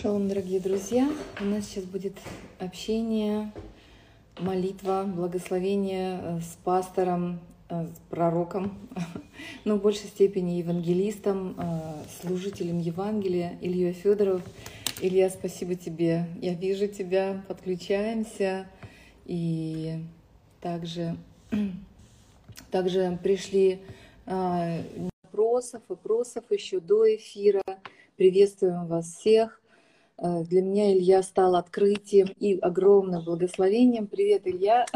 Шалом, дорогие друзья! У нас сейчас будет общение, молитва, благословение с пастором, с пророком, но в большей степени евангелистом, служителем Евангелия Ильей Федоров. Илья, спасибо тебе. Я вижу тебя, подключаемся. И также пришли вопросов еще до эфира. Приветствуем вас всех. Для меня Илья стал открытием и огромным благословением. Привет, Илья!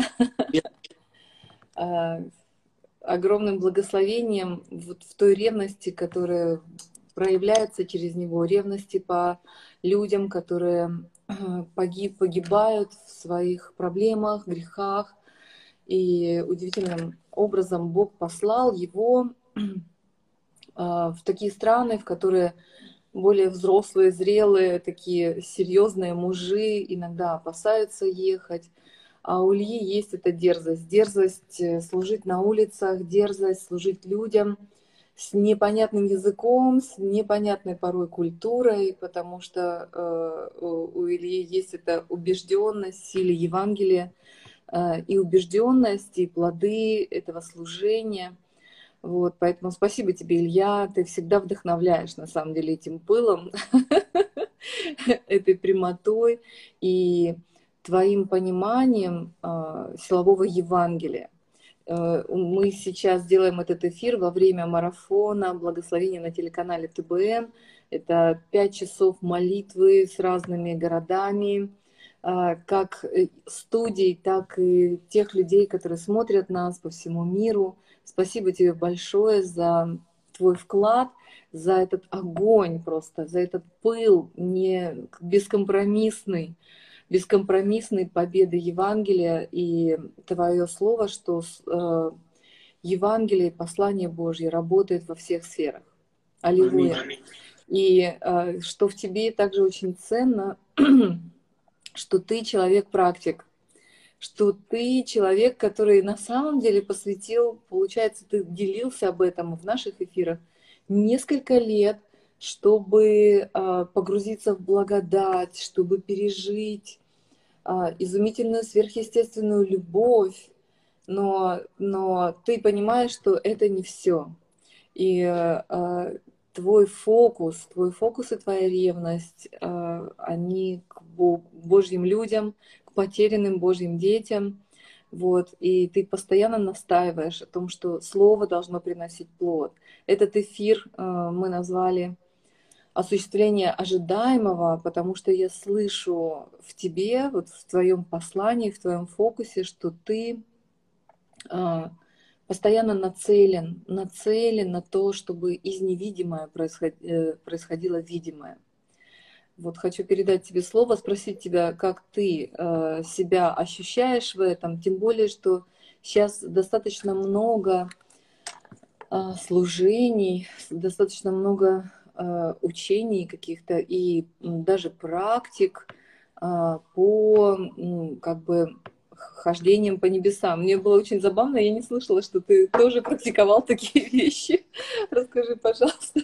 Огромным благословением вот в той ревности, которая проявляется через него, ревности по людям, которые погибают в своих проблемах, грехах. И удивительным образом Бог послал его в такие страны, в которые более взрослые, зрелые, такие серьезные мужи иногда опасаются ехать. А у Ильи есть эта дерзость. Дерзость служить на улицах, дерзость служить людям с непонятным языком, с непонятной порой культурой, потому что у Ильи есть эта убежденность в силе Евангелия и убежденность, и плоды этого служения. Вот, поэтому спасибо тебе, Илья, ты всегда вдохновляешь, на самом деле, этим пылом, этой прямотой и твоим пониманием силового Евангелия. Мы сейчас делаем этот эфир во время марафона благословения на телеканале ТБН. Это 5 часов молитвы с разными городами, как студий, так и тех людей, которые смотрят нас по всему миру. Спасибо тебе большое за твой вклад, за этот огонь просто, за этот пыл не бескомпромиссный победы Евангелия и твое слово, что Евангелие, послание Божье работает во всех сферах. Аллилуйя. И что в тебе также очень ценно, что ты человек-практик, что ты человек, который на самом деле посвятил, получается, ты делился об этом в наших эфирах, несколько лет, чтобы погрузиться в благодать, чтобы пережить изумительную сверхъестественную любовь, но ты понимаешь, что это не все. И твой фокус и твоя ревность, они к Божьим людям, к потерянным Божьим детям. Вот. И ты постоянно настаиваешь о том, что Слово должно приносить плод. Этот эфир мы назвали «Осуществление ожидаемого», потому что я слышу в тебе, вот в твоем послании, в твоем фокусе, что ты постоянно нацелен на то, чтобы из невидимого происходило видимое. Вот хочу передать тебе слово, спросить тебя, как ты себя ощущаешь в этом, тем более, что сейчас достаточно много служений, достаточно много учений каких-то и даже практик по как бы хождением по небесам. Мне было очень забавно, я не слышала, что ты тоже практиковал такие вещи. Расскажи, пожалуйста.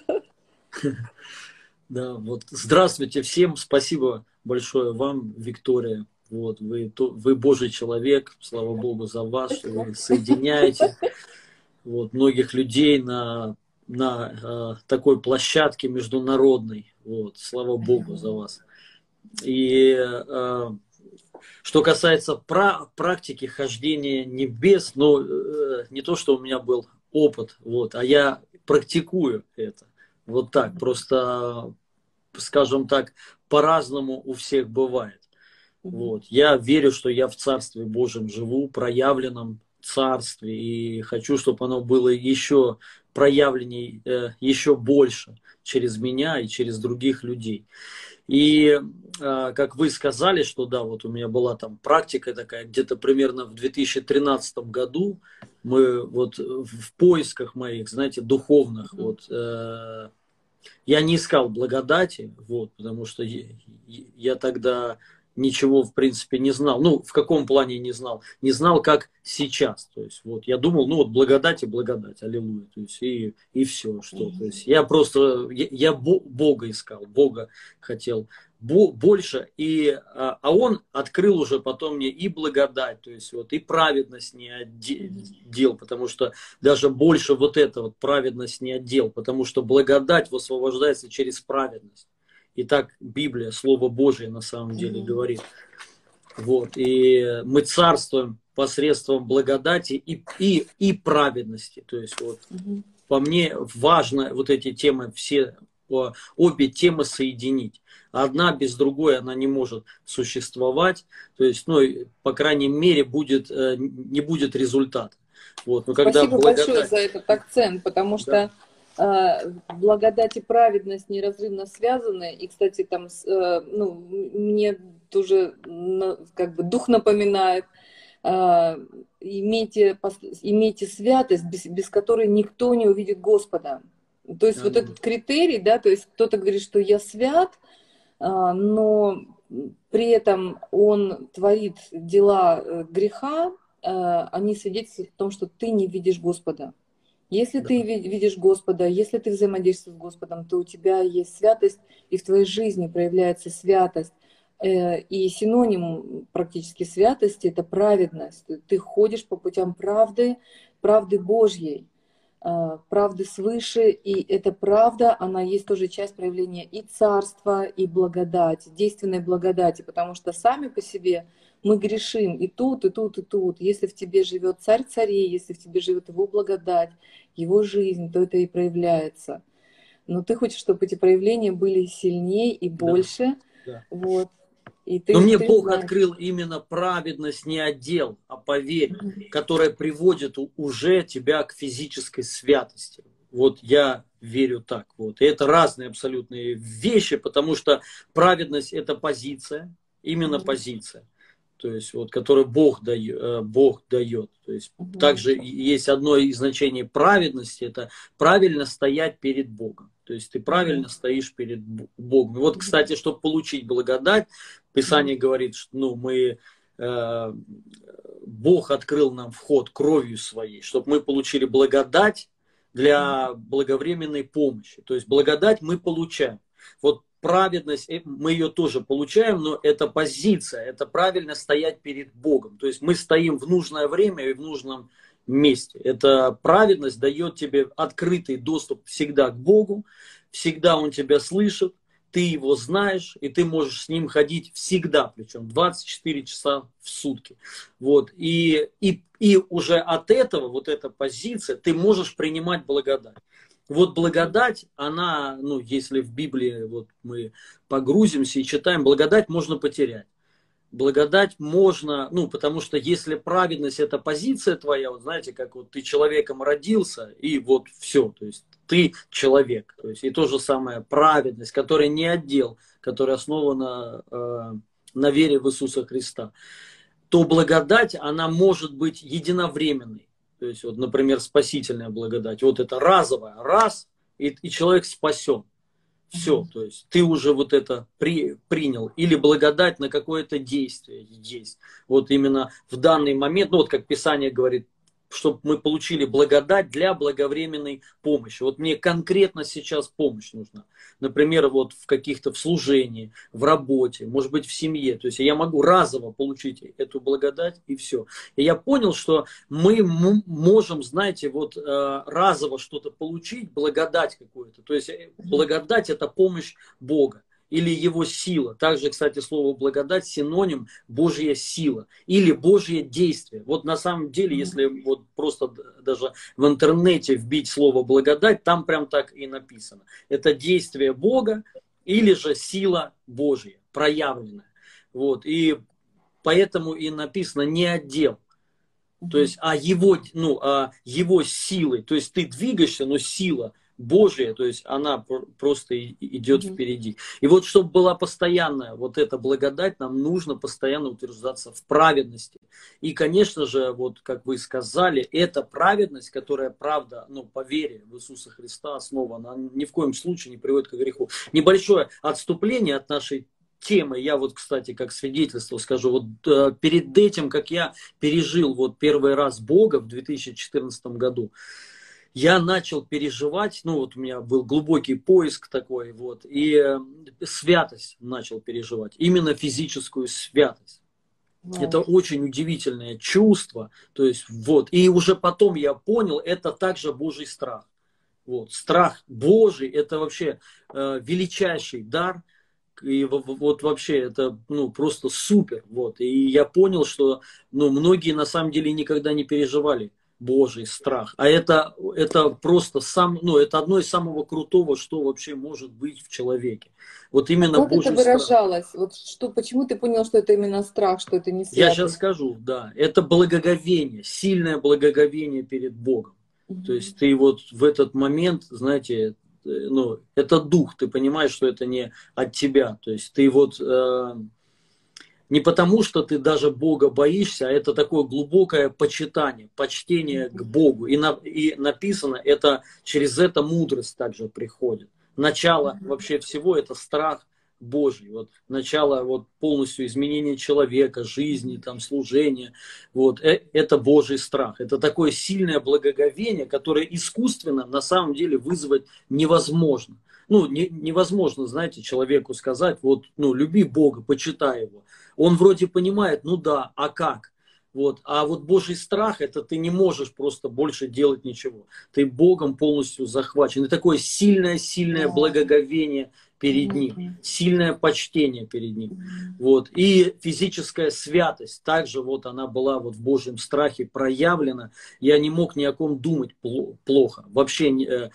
Да, вот здравствуйте всем, спасибо большое вам, Виктория. Вот, вы Божий человек, слава Богу за вас, что вы соединяете вот, многих людей на такой площадке международной. Вот, слава Богу за вас. И что касается практики хождения небес, ну, не то, что у меня был опыт, вот, а я практикую это. Вот так, просто, скажем так, по-разному у всех бывает. Вот. Я верю, что я в Царстве Божьем живу, проявленном Царстве, и хочу, чтобы оно было еще проявленней, еще больше через меня и через других людей. И как вы сказали, что да, вот у меня была там практика такая, где-то примерно в 2013 году мы вот в поисках моих, знаете, духовных, вот, я не искал благодати, вот, потому что я тогда ничего, в принципе, не знал. Ну, в каком плане не знал? Не знал, как сейчас. То есть, вот, я думал, ну, вот благодать и благодать, аллилуйя. То есть, и все, что. То есть, я просто, я Бога искал, Бога хотел больше. А Он открыл уже потом мне и благодать, то есть, вот, и праведность не отдел, потому что даже больше вот это вот праведность не отдел, потому что благодать высвобождается через праведность. И так Библия, Слово Божие на самом деле говорит. Вот. И мы царствуем посредством благодати и праведности. То есть вот по мне важно вот эти темы все, обе темы соединить. Одна без другой она не может существовать. То есть, ну, по крайней мере, не будет результата. Вот. Но когда Спасибо благодать... большое за этот акцент, потому что благодать и праведность неразрывно связаны. И, кстати, там, ну, мне тоже как бы дух напоминает, имейте святость, без которой никто не увидит Господа. То есть вот этот критерий, да, то есть кто-то говорит, что я свят, но при этом он творит дела греха, они свидетельствуют о том, что ты не видишь Господа. Если ты видишь Господа, если ты взаимодействуешь с Господом, то у тебя есть святость, и в твоей жизни проявляется святость. И синоним практически святости – это праведность. Ты ходишь по путям правды, правды Божьей, правды свыше, и эта правда, она есть тоже часть проявления и царства, и благодати, действенной благодати, потому что сами по себе мы грешим и тут, и тут, и тут. Если в тебе живет царь царей, если в тебе живет его благодать, его жизнь, то это и проявляется. Но ты хочешь, чтобы эти проявления были сильнее и больше. Да. Вот. Но мне Бог открыл именно праведность не отдел, а поверь, которая приводит уже тебя к физической святости. Вот я верю так. Вот. И это разные абсолютные вещи, потому что праведность – это позиция, именно позиция. То есть, вот, которую Бог дает. То есть, также есть одно из значений праведности – это правильно стоять перед Богом. То есть, ты правильно стоишь перед Богом. И вот, кстати, чтобы получить благодать, Писание говорит, что Бог открыл нам вход кровью своей, чтобы мы получили благодать для благовременной помощи. То есть, благодать мы получаем. Вот праведность, мы ее тоже получаем, но это позиция, это правильно стоять перед Богом. То есть мы стоим в нужное время и в нужном месте. Эта праведность дает тебе открытый доступ всегда к Богу, всегда Он тебя слышит, ты Его знаешь, и ты можешь с Ним ходить всегда, причем 24 часа в сутки. Вот. И уже от этого, вот эта позиция, ты можешь принимать благодать. Вот благодать, она, ну, если в Библии вот мы погрузимся и читаем, благодать можно потерять. Благодать можно, ну, потому что если праведность это позиция твоя, вот знаете, как вот ты человеком родился, и вот все, то есть ты человек. То есть и то же самое праведность, которая не отдел, которая основана на вере в Иисуса Христа, то благодать, она может быть единовременной. То есть, вот, например, спасительная благодать. Вот это разовая, раз, и человек спасен. Все, то есть ты уже вот это принял. Или благодать на какое-то действие есть. Вот именно в данный момент, ну вот как Писание говорит, чтобы мы получили благодать для благовременной помощи. Вот мне конкретно сейчас помощь нужна. Например, вот в каких-то в служении, в работе, может быть в семье. То есть я могу разово получить эту благодать и все. И я понял, что мы можем, знаете, вот разово что-то получить, благодать какую-то. То есть благодать это помощь Бога. Или его сила. Также, кстати, слово благодать синоним Божья сила. Или Божье действие. Вот на самом деле, если вот просто даже в интернете вбить слово благодать, там прям так и написано. Это действие Бога или же сила Божья, проявленная. Вот. И поэтому и написано не отдел. То есть, его силой. То есть ты двигаешься, но сила Божия, то есть она просто идет впереди. И вот чтобы была постоянная вот эта благодать, нам нужно постоянно утверждаться в праведности. И, конечно же, вот как вы сказали, эта праведность, которая, правда, ну, по вере в Иисуса Христа основана, она ни в коем случае не приводит к греху. Небольшое отступление от нашей темой, я вот, кстати, как свидетельство скажу, вот перед этим, как я пережил вот первый раз Бога в 2014 году, я начал переживать, ну вот у меня был глубокий поиск такой, вот, и святость начал переживать, именно физическую святость. Это очень удивительное чувство, то есть вот, и уже потом я понял, это также Божий страх. Вот, страх Божий, это вообще величайший дар, и вот вообще это ну, просто супер. Вот. И я понял, что ну, многие на самом деле никогда не переживали Божий страх. А это просто ну, это одно из самого крутого, что вообще может быть в человеке. Вот именно Как это Божий страх. выражалось? Вот что, почему ты понял, что это именно страх, что это не Я сейчас святость? скажу, да. Это благоговение, сильное благоговение перед Богом. То есть ты вот в этот момент, знаете, ну, это дух, ты понимаешь, что это не от тебя. То есть ты вот не потому, что ты даже Бога боишься, а это такое глубокое почитание, почтение к Богу. И написано, это через это мудрость также приходит. Начало вообще всего это страх Божий. Вот начало вот полностью изменения человека, жизни, там, служения. Вот, это Божий страх. Это такое сильное благоговение, которое искусственно на самом деле вызвать невозможно. Ну, невозможно, знаете, человеку сказать, вот, ну, люби Бога, почитай Его. Он вроде понимает, ну да, а как? Вот. А вот Божий страх, это ты не можешь просто больше делать ничего. Ты Богом полностью захвачен. И такое сильное благоговение перед Ним, сильное почтение перед Ним. Вот. И физическая святость, также вот она была вот в Божьем страхе проявлена. Я не мог ни о ком думать плохо, вообще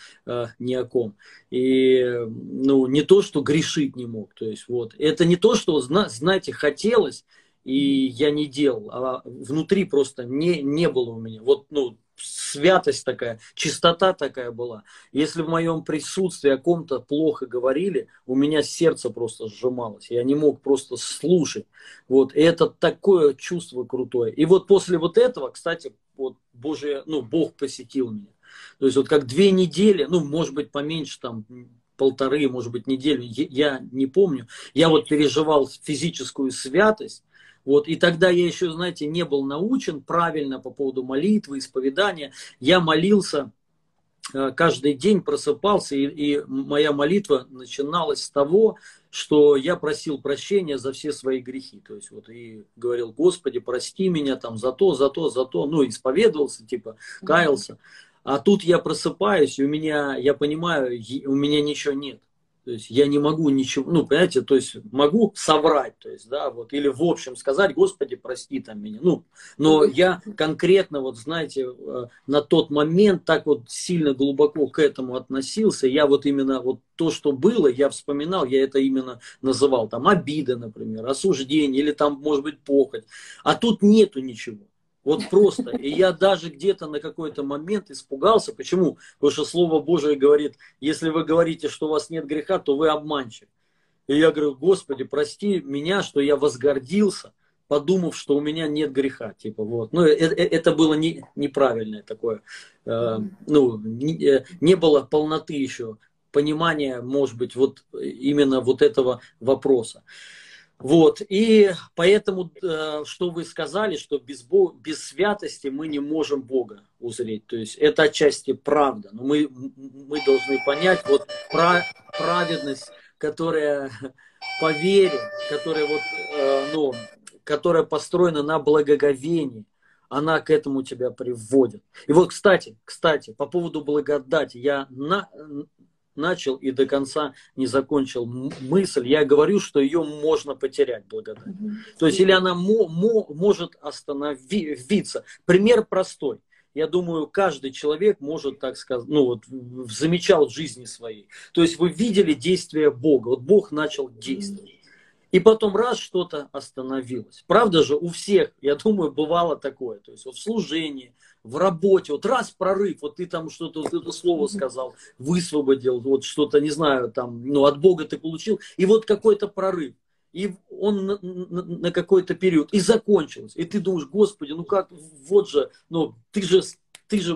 ни о ком. И ну, не то, что грешить не мог. То есть, вот. Это не то, что, знаете, хотелось, и я не делал, а внутри просто не было у меня. Вот, ну, святость такая, чистота такая была. Если в моем присутствии о ком-то плохо говорили, у меня сердце просто сжималось. Я не мог просто слушать. Вот. И это такое чувство крутое. И вот после вот этого, кстати, вот Бог посетил меня. То есть вот как 2 недели, ну, может быть, поменьше, там, 1,5, может быть, неделю, я не помню. Я вот переживал физическую святость. Вот, и тогда я еще, знаете, не был научен правильно по поводу молитвы, исповедания. Я молился каждый день, просыпался, и моя молитва начиналась с того, что я просил прощения за все свои грехи. То есть вот и говорил: Господи, прости меня там за то, ну, исповедовался, типа, каялся. А тут я просыпаюсь, и я понимаю, у меня ничего нет. То есть я не могу ничего, ну, понимаете, то есть могу соврать, то есть, да, вот, или в общем сказать: Господи, прости там меня. Ну, но я конкретно, вот, знаете, на тот момент так вот сильно глубоко к этому относился. Я вот именно вот то, что было, я вспоминал, я это именно называл, там, обида, например, осуждение, или там, может быть, похоть. А тут нету ничего. Вот просто. И я даже где-то на какой-то момент испугался. Почему? Потому что Слово Божие говорит: если вы говорите, что у вас нет греха, то вы обманщик. И я говорю: Господи, прости меня, что я возгордился, подумав, что у меня нет греха. Типа, вот. Ну, это было неправильное такое. Ну, не было полноты еще понимания, может быть, вот именно вот этого вопроса. Вот, и поэтому, что вы сказали, что без святости мы не можем Бога узреть. То есть это отчасти правда. Но мы должны понять, вот праведность, которая по вере, которая, вот, ну, которая построена на благоговении, она к этому тебя приводит. И вот, кстати, по поводу благодати, я начал и до конца не закончил мысль. Я говорю, что ее можно потерять, благодать. То есть или она может остановиться. Пример простой. Я думаю, каждый человек может, так сказать, ну вот, замечал в жизни своей. То есть вы видели действие Бога. Вот Бог начал действовать. И потом раз что-то остановилось. Правда же, у всех, я думаю, бывало такое. То есть вот в служении, в работе, вот раз прорыв, вот ты там что-то, вот это слово сказал, высвободил, вот что-то, не знаю, там, ну, от Бога ты получил, и вот какой-то прорыв. И он на какой-то период, и закончилось. И ты думаешь: Господи, ну как, вот же, ну, ты ты же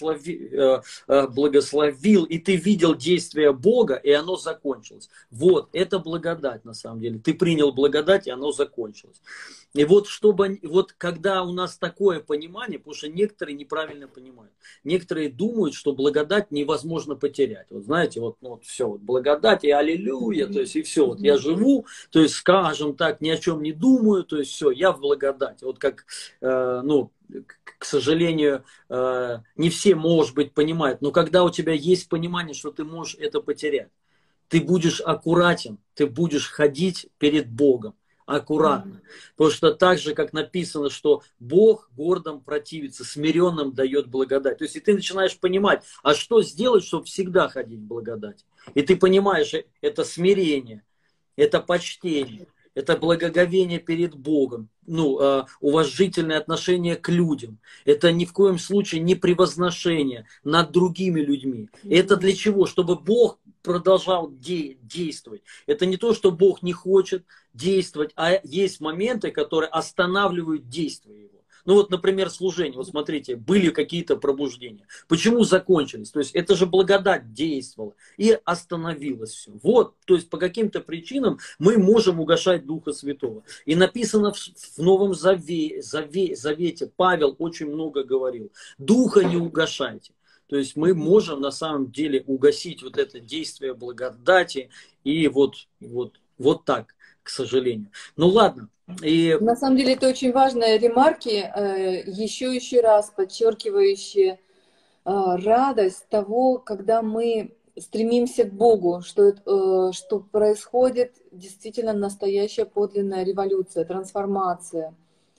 благословил, и ты видел действие Бога, и оно закончилось. Вот, это благодать на самом деле. Ты принял благодать, и оно закончилось. И вот, вот когда у нас такое понимание, потому что некоторые неправильно понимают. Некоторые думают, что благодать невозможно потерять. Вот знаете, вот все, вот благодать и аллилуйя, то есть и все. Вот я живу, то есть, скажем так, ни о чем не думаю, то есть все, я в благодати. Вот как, ну, к сожалению, не все, может быть, понимают, но когда у тебя есть понимание, что ты можешь это потерять, ты будешь аккуратен, ты будешь ходить перед Богом аккуратно. Потому что так же, как написано, что Бог гордым противится, смиренным дает благодать. То есть, и ты начинаешь понимать, а что сделать, чтобы всегда ходить в благодати. И ты понимаешь, это смирение, это почтение, это благоговение перед Богом, ну, уважительное отношение к людям. Это ни в коем случае не превозношение над другими людьми. И это для чего? Чтобы Бог продолжал действовать. Это не то, что Бог не хочет действовать, а есть моменты, которые останавливают действие Его. Ну вот, например, служение. Вот смотрите, были какие-то пробуждения. Почему закончились? То есть это же благодать действовала и остановилось все. Вот, то есть по каким-то причинам мы можем угошать Духа Святого. И написано в Новом Завете, Павел очень много говорил. Духа не угошайте. То есть мы можем на самом деле угасить вот это действие благодати и вот так, к сожалению. Ну ладно. И... На самом деле это очень важные ремарки, еще раз подчеркивающие радость того, когда мы стремимся к Богу, что происходит действительно настоящая подлинная революция, трансформация.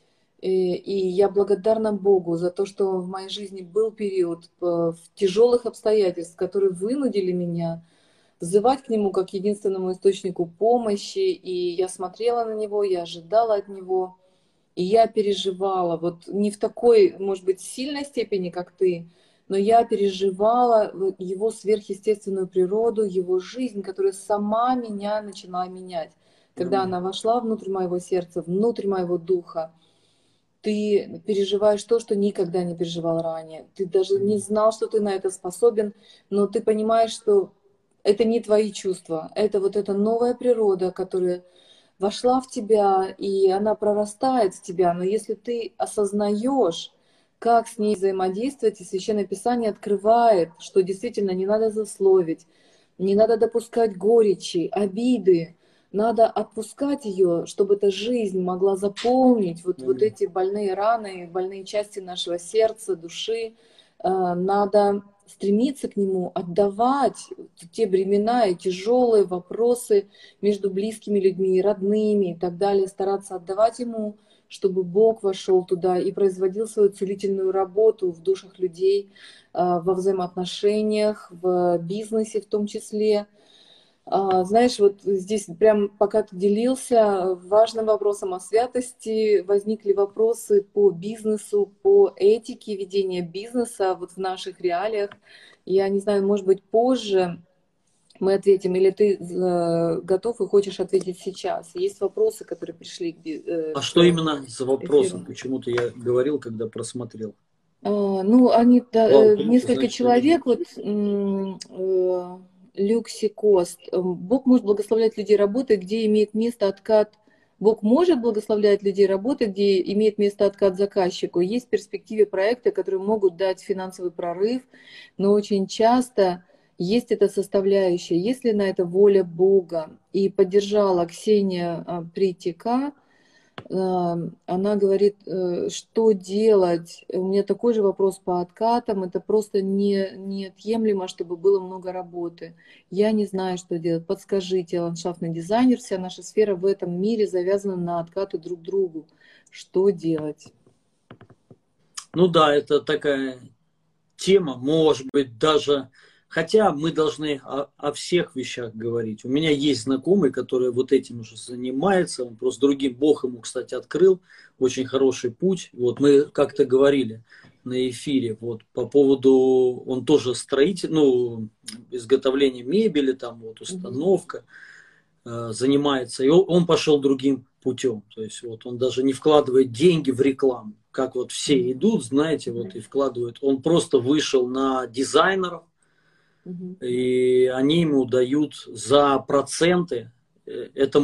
И я благодарна Богу за то, что в моей жизни был период в тяжелых обстоятельств, которые вынудили меня взывать к Нему как единственному источнику помощи. И я смотрела на Него, я ожидала от Него, и я переживала. Вот не в такой, может быть, сильной степени, как ты, но я переживала Его сверхъестественную природу, Его жизнь, которая сама меня начала менять. Когда она вошла внутрь моего сердца, внутрь моего духа, ты переживаешь то, что никогда не переживал ранее. Ты даже не знал, что ты на это способен, но ты понимаешь, что это не твои чувства, это вот эта новая природа, которая вошла в тебя, и она прорастает в тебя. Но если ты осознаешь, как с ней взаимодействовать, и Священное Писание открывает, что действительно не надо злословить, не надо допускать горечи, обиды, надо отпускать ее, чтобы эта жизнь могла заполнить вот эти больные раны, больные части нашего сердца, души. Надо стремиться к нему, отдавать те бремена и тяжелые вопросы между близкими людьми, родными и так далее, стараться отдавать ему, чтобы Бог вошел туда и производил свою целительную работу в душах людей, во взаимоотношениях, в бизнесе в том числе. Знаешь, вот здесь прям пока ты делился важным вопросом о святости, возникли вопросы по бизнесу, по этике ведения бизнеса вот в наших реалиях. Я не знаю, может быть, позже мы ответим, или ты готов и хочешь ответить сейчас? Есть вопросы, которые пришли А что именно за вопросы? эфиру. Почему-то я говорил, когда просмотрел. Ну, они, Вау, несколько значит, человек, вот Люкси Кост. Бог может благословлять людей работой, где имеет место откат. Бог может благословлять людей работой, где имеет место откат заказчику. Есть в перспективе проекты, которые могут дать финансовый прорыв, но очень часто есть эта составляющая, если на это воля Бога. И поддержала Ксения Притика. Она говорит, что делать. У меня такой же вопрос по откатам. Это просто неотъемлемо, чтобы было много работы. Я не знаю, что делать. Подскажите, ландшафтный дизайнер, вся наша сфера в этом мире завязана на откаты друг другу. Что делать? Ну да, это такая тема, может быть, даже... Хотя мы должны о всех вещах говорить. У меня есть знакомый, который вот этим уже занимается. Он просто другим, Бог ему, кстати, открыл. Очень хороший путь. Вот мы как-то говорили на эфире вот по поводу... Он тоже строитель, ну, изготовление мебели, там вот установка занимается. И он пошел другим путем. То есть вот он даже не вкладывает деньги в рекламу. как вот все идут, знаете, вот и вкладывают. Он просто вышел на дизайнеров, и они ему дают за проценты. Это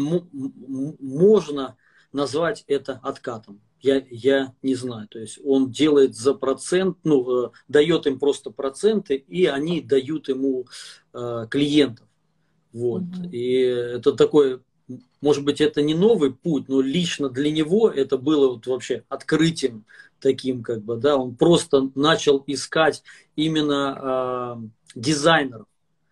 можно назвать это откатом. Я не знаю. То есть он делает за процент, ну, дает им просто проценты, и они дают ему клиентов. Вот. И это такой, может быть, это не новый путь, но лично для него это было вот вообще открытием таким, как бы, да, он просто начал искать именно дизайнеров,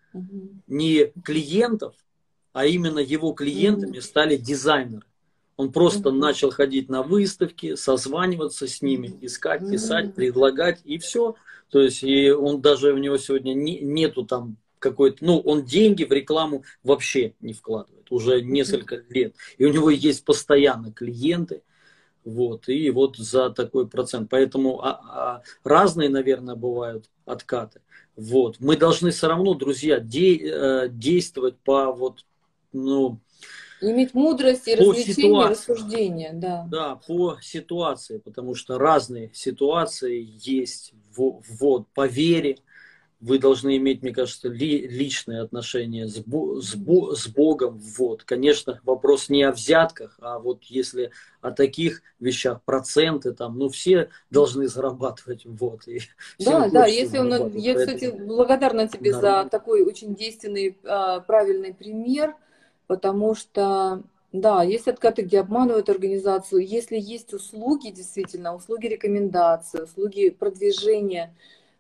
не клиентов, а именно его клиентами стали дизайнеры. Он просто начал ходить на выставки, созваниваться с ними, искать, писать, предлагать, и все. То есть, и он даже, у него сегодня нету там какой-то, ну, он деньги в рекламу вообще не вкладывает, уже несколько лет. И у него есть постоянно клиенты, вот, и вот за такой процент. Поэтому разные, наверное, бывают откаты. Вот. Мы должны все равно, друзья, действовать по вот, ну, иметь мудрость и по развлечение, ситуации. рассуждение, да. Да, по ситуации, потому что разные ситуации есть. Вот, по вере вы должны иметь, мне кажется, личные отношения с Богом. Вот. Конечно, вопрос не о взятках, а вот если о таких вещах, проценты там, ну все должны зарабатывать. Вот, и всем Да, да, хочется если он, зарабатывать. я, кстати, Поэтому благодарна тебе за нормально. такой очень действенный, правильный пример, потому что, да, есть откаты, где обманывают организацию, если есть услуги, действительно, услуги рекомендации, услуги продвижения,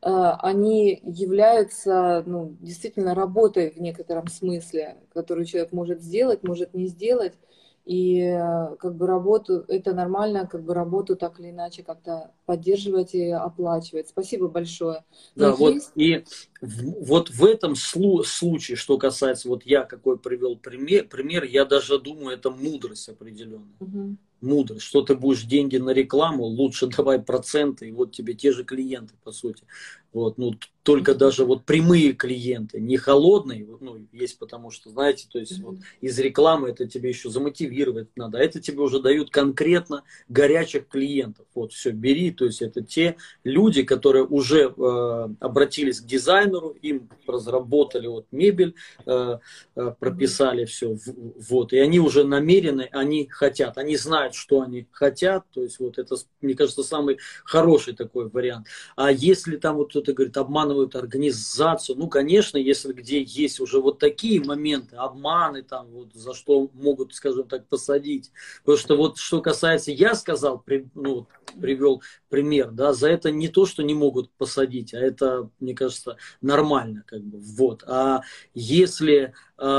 они являются, ну, действительно работой в некотором смысле, которую человек может сделать, может не сделать. И как бы работу, это нормально, как бы работу так или иначе как-то поддерживать и оплачивать. Спасибо большое. Но Да, вот есть... и вот в этом случае, что касается, вот я какой привел пример, я даже думаю, это мудрость определенная. Мгм. Мудрость, что ты будешь деньги на рекламу, лучше давай проценты, и вот тебе те же клиенты, по сути. Вот, ну, только даже вот прямые клиенты, не холодные, ну, есть потому что, знаете, то есть вот из рекламы это тебе еще замотивировать надо, а это тебе уже дают конкретно горячих клиентов. Вот, все, бери, то есть это те люди, которые уже обратились к дизайнеру, им разработали вот мебель, прописали все, вот, и они уже намерены, они хотят, они знают, что они хотят, то есть вот это, мне кажется, самый хороший такой вариант. А если там вот кто-то говорит, обманывают организацию, ну, конечно, если где есть уже вот такие моменты, обманы там, вот за что могут, скажем так, посадить, потому что вот что касается, я сказал, ну, привел пример, да, за это не то, что не могут посадить, а это, мне кажется, нормально, как бы, вот. А если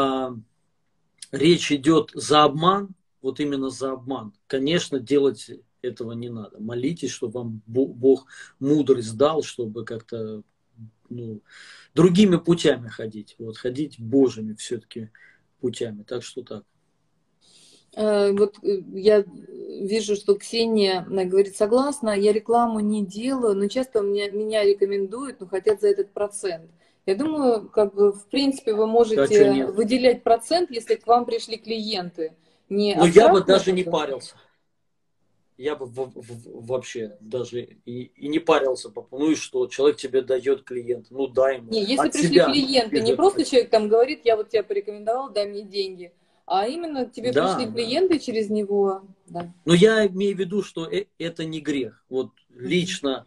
речь идет за обман, вот именно за обман, конечно, делать этого не надо. Молитесь, чтобы вам Бог мудрость дал, чтобы как-то, ну, другими путями ходить. Вот ходить Божьими все-таки путями. Так что так. Вот я вижу, что Ксения говорит, согласна, я рекламу не делаю, но часто меня рекомендуют, но хотят за этот процент. Я думаю, как бы, в принципе, вы А что можете нет? выделять процент, если к вам пришли клиенты. Не Ну, я бы абстрактно даже не потом. парился. Я бы вообще даже и не парился. Ну и что? Человек тебе дает клиент. Ну дай ему. Не, если От пришли себя. клиенты, не просто человек там говорит, я вот тебя порекомендовал, дай мне деньги, а именно тебе пришли Да, да. клиенты через него. Да. Но я имею в виду, что это не грех. Вот Мгм. лично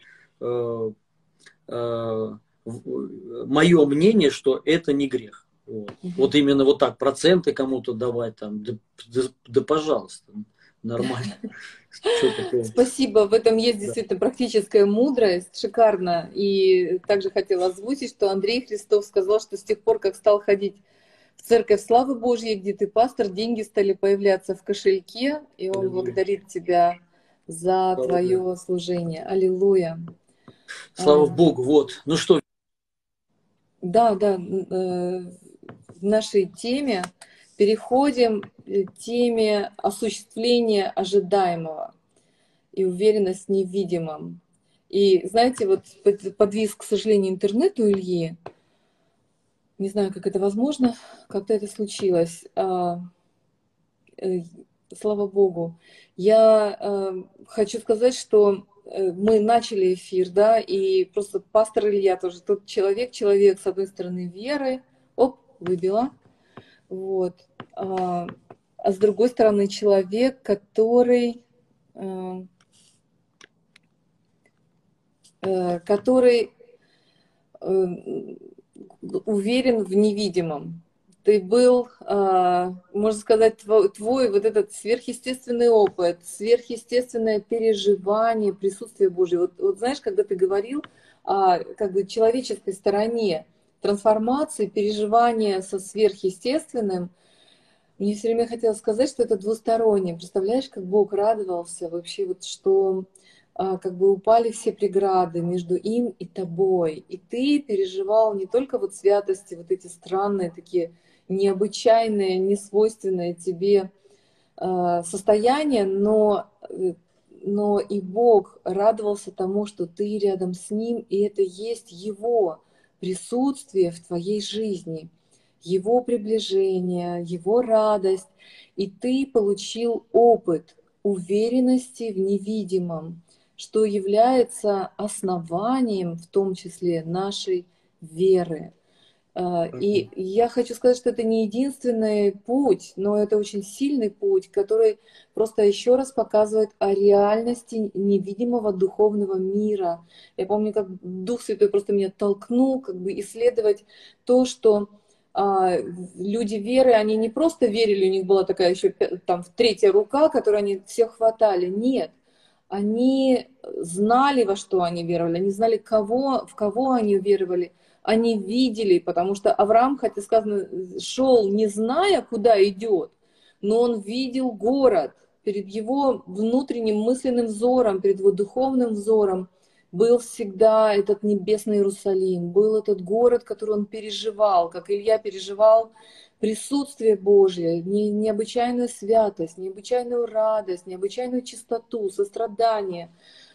мое мнение, что это не грех. Вот. Мгм. Вот именно вот так проценты кому-то давать там, да пожалуйста, нормально. Что такое? Спасибо, в этом есть Да. действительно практическая мудрость, шикарно. И также хотела озвучить, что Андрей Христов сказал, что с тех пор, как стал ходить в Церковь Славы Божьей, где ты пастор, деньги стали появляться в кошельке, и он Аллилуйя. благодарит тебя за Слава Богу. твое служение. Аллилуйя. Слава Богу. Вот. Ну что, Да, да, в нашей теме переходим к теме осуществления ожидаемого и уверенность в невидимом. И знаете, вот подвис, к сожалению, интернет у Ильи. Не знаю, как это возможно, как-то это случилось. Слава Богу. Я хочу сказать, что мы начали эфир, да, и просто пастор Илья тоже, тот человек, с одной стороны, веры, оп, выбила, вот, а с другой стороны, человек, который уверен в невидимом. Ты был, можно сказать, твой вот этот сверхъестественный опыт, сверхъестественное переживание присутствия Божьего. Вот знаешь, когда ты говорил о как бы человеческой стороне трансформации, переживания со сверхъестественным, мне все время хотелось сказать, что это двустороннее. Представляешь, как Бог радовался вообще, вот что как бы упали все преграды между им и тобой. И ты переживал не только вот святости, вот эти странные, такие необычайные, несвойственные тебе состояния, но и Бог радовался тому, что ты рядом с Ним, и это есть Его присутствие в твоей жизни, Его приближение, Его радость, и ты получил опыт уверенности в невидимом, что является основанием, в том числе, нашей веры. И я хочу сказать, что это не единственный путь, но это очень сильный путь, который просто еще раз показывает о реальности невидимого духовного мира. Я помню, как Дух Святой просто меня толкнул как бы исследовать то, что люди веры, они не просто верили, у них была такая еще там третья рука, которой они все хватали. Нет, они знали, во что они веровали, они знали, в кого они веровали. Они видели, потому что Авраам, хотя сказано, шел, не зная, куда идет, но он видел город перед его внутренним мысленным взором, перед его духовным взором. Был всегда этот небесный Иерусалим, был этот город, который он переживал, как Илья переживал присутствие Божье, необычайную святость, необычайную радость, необычайную чистоту, сострадание.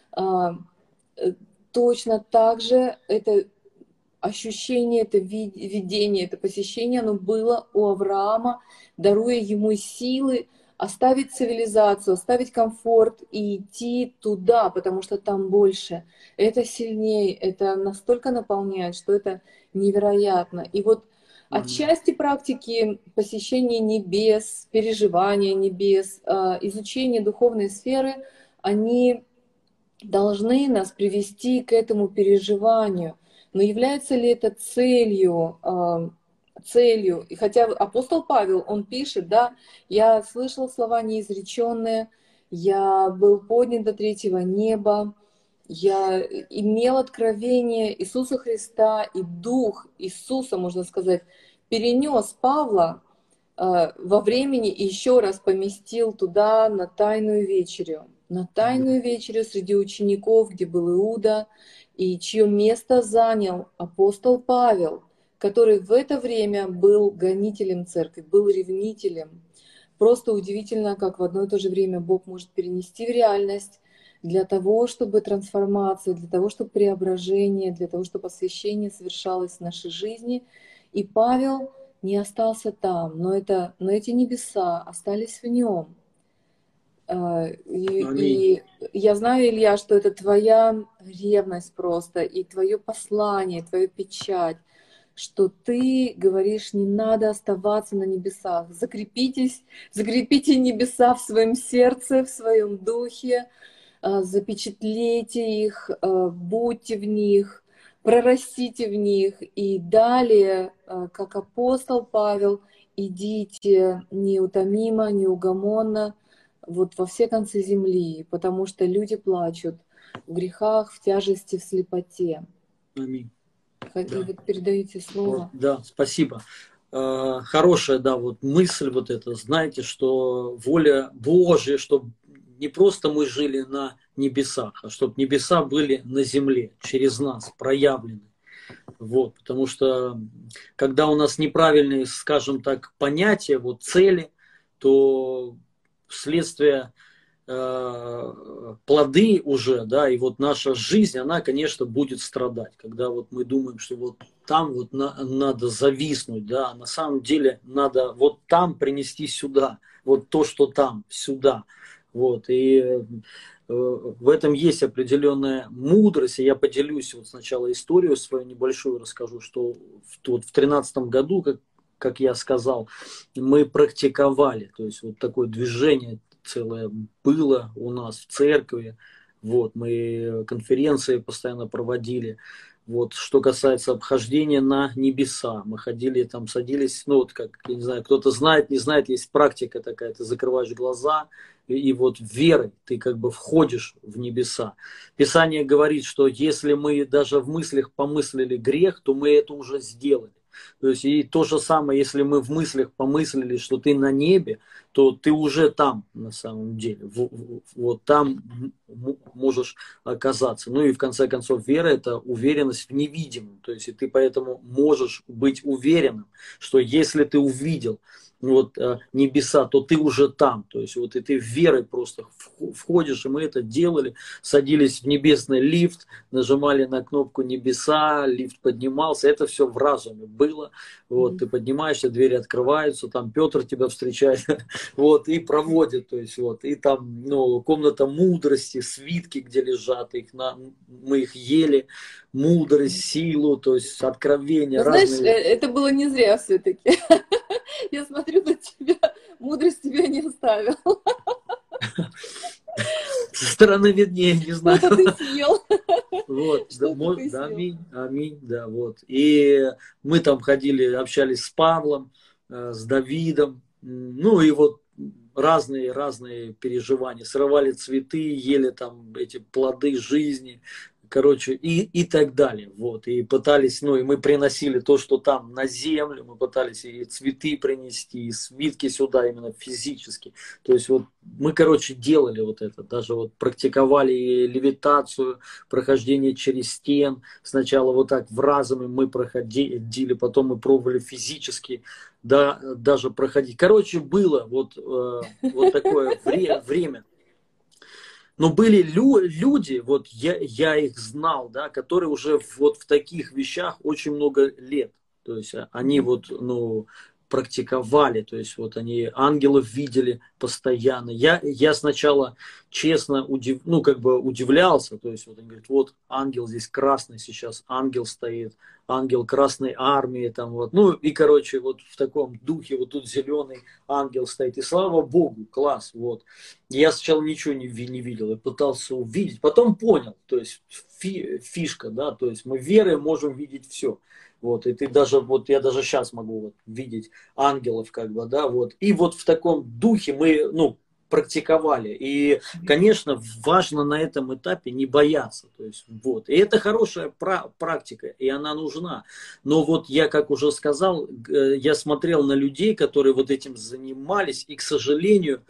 Точно так же это ощущение, это видение, это посещение, оно было у Авраама, даруя ему силы оставить цивилизацию, оставить комфорт и идти туда, потому что там больше. Это сильнее, это настолько наполняет, что это невероятно. И вот отчасти практики посещения небес, переживания небес, изучения духовной сферы, они должны нас привести к этому переживанию. Но является ли это целью? И хотя апостол Павел, он пишет, да, я слышал слова неизреченные, я был поднят до третьего неба, я имел откровение Иисуса Христа, и Дух Иисуса, можно сказать, перенес Павла во времени и еще раз поместил туда на Тайную вечерю. На Тайную вечерю среди учеников, где был Иуда, и чье место занял апостол Павел, который в это время был гонителем церкви, был ревнителем. Просто удивительно, как в одно и то же время Бог может перенести в реальность для того, чтобы трансформация, для того, чтобы преображение, для того, чтобы освящение совершалось в нашей жизни. И Павел не остался там, но эти небеса остались в нем. И я знаю, Илья, что это твоя ревность просто, и твое послание, твоя печать, что ты говоришь, не надо оставаться на небесах. Закрепите небеса в своем сердце, в своем духе, запечатлейте их, будьте в них, прорастите в них. И далее, как апостол Павел, идите неутомимо, неугомонно, вот во все концы земли, потому что люди плачут в грехах, в тяжести, в слепоте. Аминь. И да. Вот передаете слово. Да, спасибо. Хорошая, да, вот мысль вот эта, знаете, что воля Божья, чтобы не просто мы жили на небесах, а чтобы небеса были на земле, через нас проявлены. Вот, потому что когда у нас неправильные, скажем так, понятия, вот цели, то вследствие плоды уже, да, и вот наша жизнь, она, конечно, будет страдать, когда вот мы думаем, что вот там вот надо зависнуть, да, а на самом деле надо вот там принести сюда, вот то, что там, сюда. Вот, и в этом есть определенная мудрость. И я поделюсь вот сначала историю свою небольшую, расскажу, что вот в 13 году, как я сказал, мы практиковали, то есть вот такое движение целое было у нас в церкви, вот, мы конференции постоянно проводили. Вот, что касается обхождения на небеса, мы ходили там, садились, ну вот как, я не знаю, кто-то знает, не знает, есть практика такая, ты закрываешь глаза, и вот верой ты как бы входишь в небеса. Писание говорит, что если мы даже в мыслях помыслили грех, то мы это уже сделали. То есть и то же самое, если мы в мыслях помыслили, что ты на небе, то ты уже там на самом деле. Вот там можешь оказаться. Ну и в конце концов вера – это уверенность в невидимом. То есть и ты поэтому можешь быть уверенным, что если ты увидел вот небеса, то ты уже там. То есть вот и ты верой просто входишь, и мы это делали, садились в небесный лифт, нажимали на кнопку небеса, лифт поднимался, это все в разуме было. Вот, ты поднимаешься, двери открываются, там Петр тебя встречает, вот, и проводит, то есть вот, и там, ну, комната мудрости, свитки, где лежат, мы их ели, мудрость, силу, то есть откровения, Но, знаешь, разные. это было не зря все-таки. Я смотрю на тебя, мудрость тебя не оставил. Со стороны виднее, не знаю. Что-то ты съел. Вот, да, Что-то ты съел. аминь, аминь, да, вот. И мы там ходили, общались с Павлом, с Давидом, ну и вот разные переживания. Срывали цветы, ели там эти плоды жизни, короче, и так далее. Вот, и пытались, ну и мы приносили то, что там на землю, мы пытались и цветы принести, и свитки сюда именно физически. То есть вот мы, короче, делали вот это, даже вот практиковали и левитацию, прохождение через стен. Сначала вот так в разуме мы проходили, потом мы пробовали физически, да, даже проходить. Короче, было вот такое время. Но были люди, вот я их знал, да, которые уже вот в таких вещах очень много лет. То есть они вот, ну, практиковали, то есть вот они ангелов видели постоянно. Я сначала честно ну, как бы удивлялся, то есть вот они говорят, вот ангел здесь красный сейчас, ангел стоит, ангел Красной Армии, там вот, ну и короче вот в таком духе, вот тут зеленый ангел стоит, и слава Богу, класс, вот. Я сначала ничего не видел, я пытался увидеть, потом понял, то есть фишка, да, то есть мы верой можем видеть все. Вот, и ты даже, вот я даже сейчас могу вот видеть ангелов, как бы, да, вот. И вот в таком духе мы, ну, практиковали. И, конечно, важно на этом этапе не бояться. То есть, вот. И это хорошая практика, и она нужна. Но вот я, как уже сказал, я смотрел на людей, которые вот этим занимались, и, к сожалению,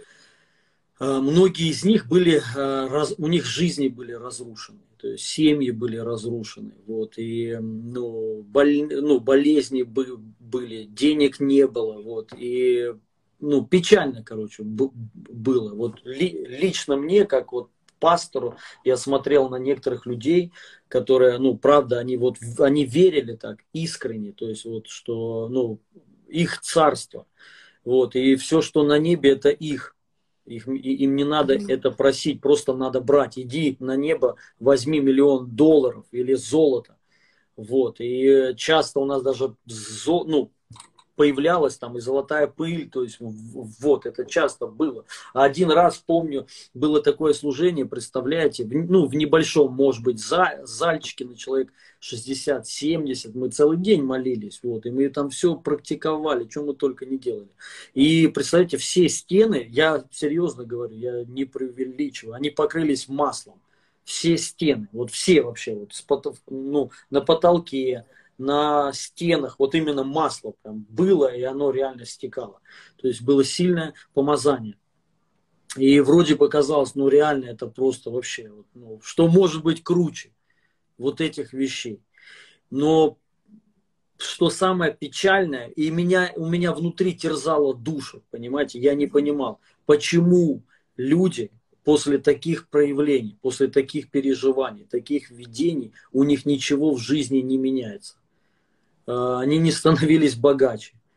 многие из них были, у них жизни были разрушены, то есть семьи были разрушены, вот, и ну, болезни были, денег не было, вот, и ну, печально, короче, было. Вот лично мне, как вот пастору, я смотрел на некоторых людей, которые, ну, правда, они верили так искренне, то есть вот, что, ну, их царство, вот, и все, что на небе, это их. Им не надо это просить, просто надо брать. Иди на небо, возьми $1 миллион или золото. Вот. И часто у нас даже ну, появлялась там и золотая пыль, то есть вот, это часто было. А один раз, помню, было такое служение, представляете, в небольшом, может быть, зальчике на человек 60-70, мы целый день молились, вот, и мы там все практиковали, что мы только не делали. И, представляете, все стены, я серьезно говорю, я не преувеличиваю, они покрылись маслом. Все стены, вот все вообще, вот, ну, на потолке, на стенах, вот именно масло прям было, и оно реально стекало. То есть было сильное помазание. И вроде бы казалось, ну реально это просто вообще, ну, что может быть круче вот этих вещей. Но что самое печальное, и у меня внутри терзало душу, понимаете, я не понимал, почему люди после таких проявлений, после таких переживаний, таких видений, у них ничего в жизни не меняется. Они не становились богаче.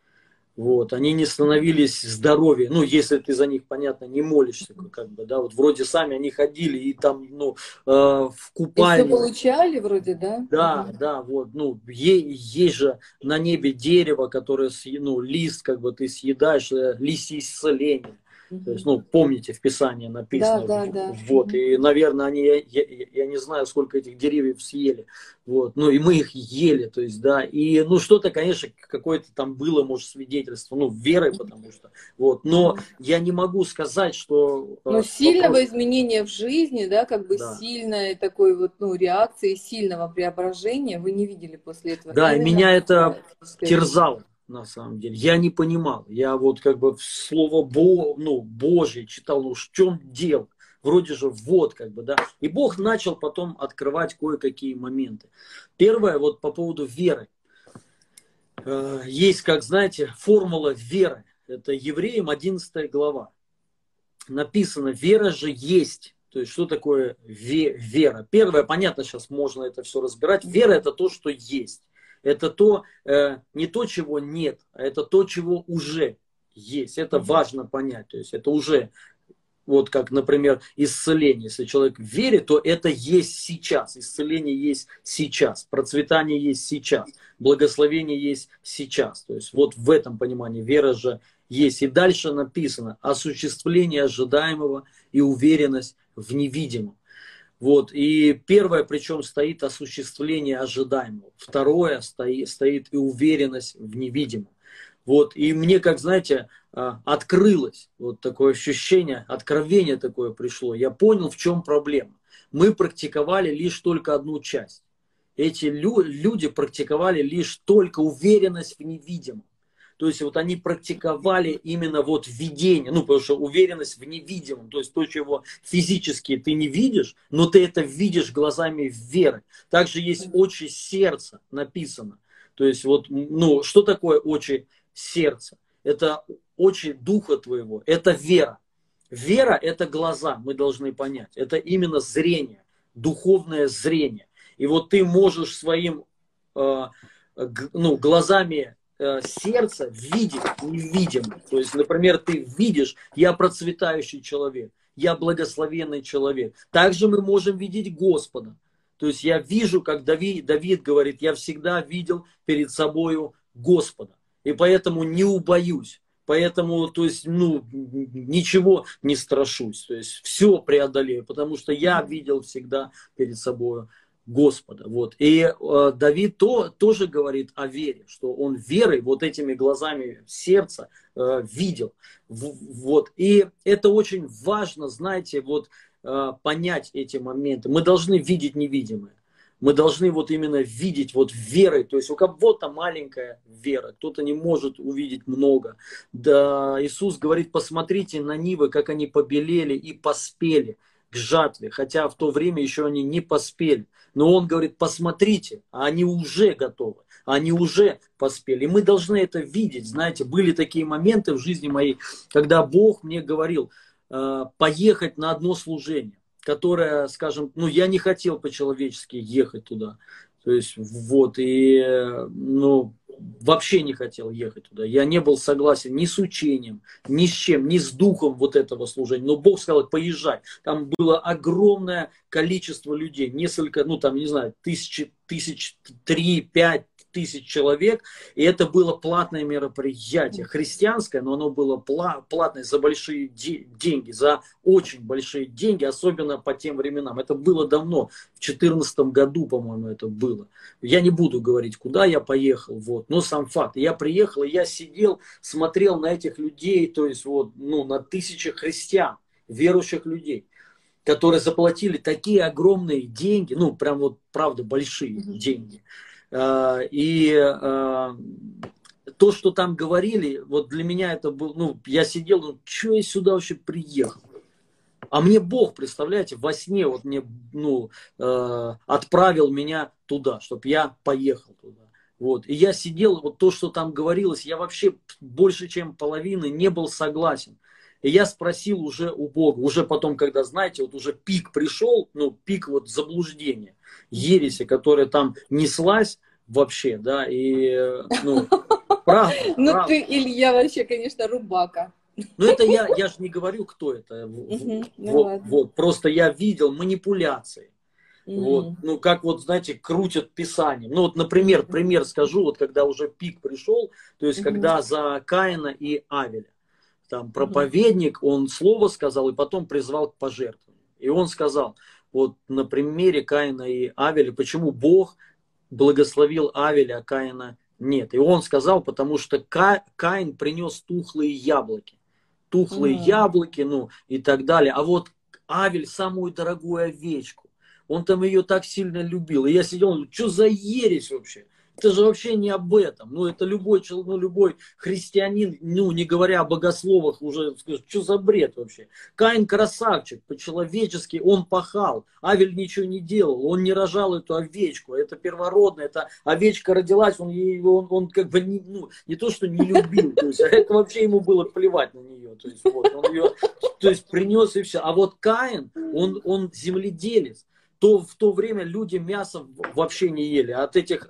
Вот, они не становились здоровее, ну, если ты за них, понятно, не молишься, как бы, да, вот вроде сами они ходили и там, ну, в И все купальне, получали вроде, да? да, да, вот, ну, есть же на небе дерево, которое, ну, лист, как бы ты съедаешь, листья исцеления. То есть, Мгм. ну, помните, в Писании Да, написано, да, да. вот, и, наверное, они, я не знаю, сколько этих деревьев съели, вот, ну, и мы их ели, то есть, да, и, ну, что-то, конечно, какое-то там было, может, свидетельство, ну, верой, потому что, вот, но Мгм. я не могу сказать, что Но вопрос, сильного изменения в жизни, да, как бы да, сильной такой вот, ну, реакции, сильного преображения вы не видели после этого да, и именно меня это в служении. терзало, на самом деле. Я не понимал. Я вот как бы слово ну, Божье читал, ну, в чем дело? Вроде же вот как бы, да. И Бог начал потом открывать кое-какие моменты. Первое, вот по поводу веры. Есть, как знаете, формула веры. Это Евреям 11 глава. Написано, вера же есть. То есть, что такое вера? Первое, понятно, сейчас можно это все разбирать. Вера – это то, что есть. Это то, не то, чего нет, а это то, чего уже есть. Это важно понять. То есть, это уже, вот как, например, исцеление. Если человек верит, то это есть сейчас. Исцеление есть сейчас. Процветание есть сейчас. Благословение есть сейчас. То есть, вот в этом понимании вера же есть. И дальше написано осуществление ожидаемого и уверенность в невидимом. Вот. И первое, причем стоит осуществление ожидаемого. Второе стоит и уверенность в невидимом. Вот. И мне, как знаете, открылось вот такое ощущение, откровение такое пришло. Я понял, в чем проблема. Мы практиковали лишь только одну часть. Эти люди практиковали лишь только уверенность в невидимом. То есть вот они практиковали именно вот видение, ну потому что уверенность в невидимом, то есть то, чего физически ты не видишь, но ты это видишь глазами веры. Также есть очи сердца написано. То есть вот, ну что такое очи сердца? Это очи духа твоего, это вера. Вера – это глаза, мы должны понять. Это именно зрение, духовное зрение. И вот ты можешь своим ну, глазами сердца видеть невидимое. То есть, например, ты видишь, я процветающий человек, я благословенный человек. Также мы можем видеть Господа. То есть я вижу, как Давид говорит, я всегда видел перед собою Господа. И поэтому не убоюсь. Поэтому, то есть, ну, ничего не страшусь. То есть, все преодолею, потому что я видел всегда перед собой Господа. Вот. И Давид тоже говорит о вере, что он верой, вот этими глазами сердца видел. Вот. И это очень важно, знаете, вот понять эти моменты. Мы должны видеть невидимое. Мы должны вот именно видеть вот верой. То есть у кого-то маленькая вера, кто-то не может увидеть много. Да, Иисус говорит, посмотрите на нивы, как они побелели и поспели к жатве. Хотя в то время еще они не поспели. Но он говорит, посмотрите, а они уже готовы. Они уже поспели. И мы должны это видеть. Знаете, были такие моменты в жизни моей, когда Бог мне говорил, поехать на одно служение, которое, скажем, ну, я не хотел по-человечески ехать туда. То есть, вот, и, ну, вообще не хотел ехать туда. Я не был согласен ни с учением, ни с чем, ни с духом вот этого служения. Но Бог сказал, поезжай. Там было огромное количество людей, несколько, ну, там, не знаю, тысяч 3-5 тысяч человек, и это было платное мероприятие, христианское, но оно было платное за большие деньги, за очень большие деньги, особенно по тем временам. Это было давно, в 2014 году, по-моему, это было. Я не буду говорить, куда я поехал, вот, но сам факт. Я приехал, и я сидел, смотрел на этих людей, то есть вот, ну, на тысячи христиан, верующих людей, которые заплатили такие огромные деньги, ну, прям вот, правда, большие деньги. И то, что там говорили, вот для меня это был, ну, я сидел, ну, что я сюда вообще приехал? А мне Бог, представляете, во сне вот мне, ну, отправил меня туда, чтобы я поехал туда. Вот. И я сидел, вот то, что там говорилось, я вообще больше, чем половины не был согласен. И я спросил уже у Бога, уже потом, когда, знаете, вот уже пик пришел, ну, пик вот заблуждения, ереси, которая там неслась, вообще, да, и, ну, правда, Ну правда. ты, Илья, вообще, конечно, рубака. Но это я же не говорю, кто это, Ну ладно. вот, просто я видел манипуляции. Вот, М, ну, как вот, знаете, крутят Писанием. Ну, вот, например, м, пример скажу, вот когда уже пик пришел, то есть, мгм, когда за Каина и Авеля, там, мгм, проповедник, он слово сказал и потом призвал к пожертвованию. И он сказал, вот на примере Каина и Авеля, почему Бог благословил Авеля, а Каина нет. И он сказал, потому что Каин принес тухлые м. яблоки, ну и так далее. А вот Авель самую дорогую овечку. Он там ее так сильно любил. И я сидел, что за ересь вообще? Это же вообще не об этом. Ну, это любой человек, ну, любой христианин, ну, не говоря о богословах, уже скажет, что за бред вообще? Каин красавчик, по-человечески он пахал. Авель ничего не делал, он не рожал эту овечку. Это первородная, эта овечка родилась, он как бы не, ну, не то, что не любил, то есть, а это вообще ему было плевать на нее. То есть, вот, он ее, то есть, принес и все. А вот Каин, он земледелец. В то время люди мясо вообще не ели. От этих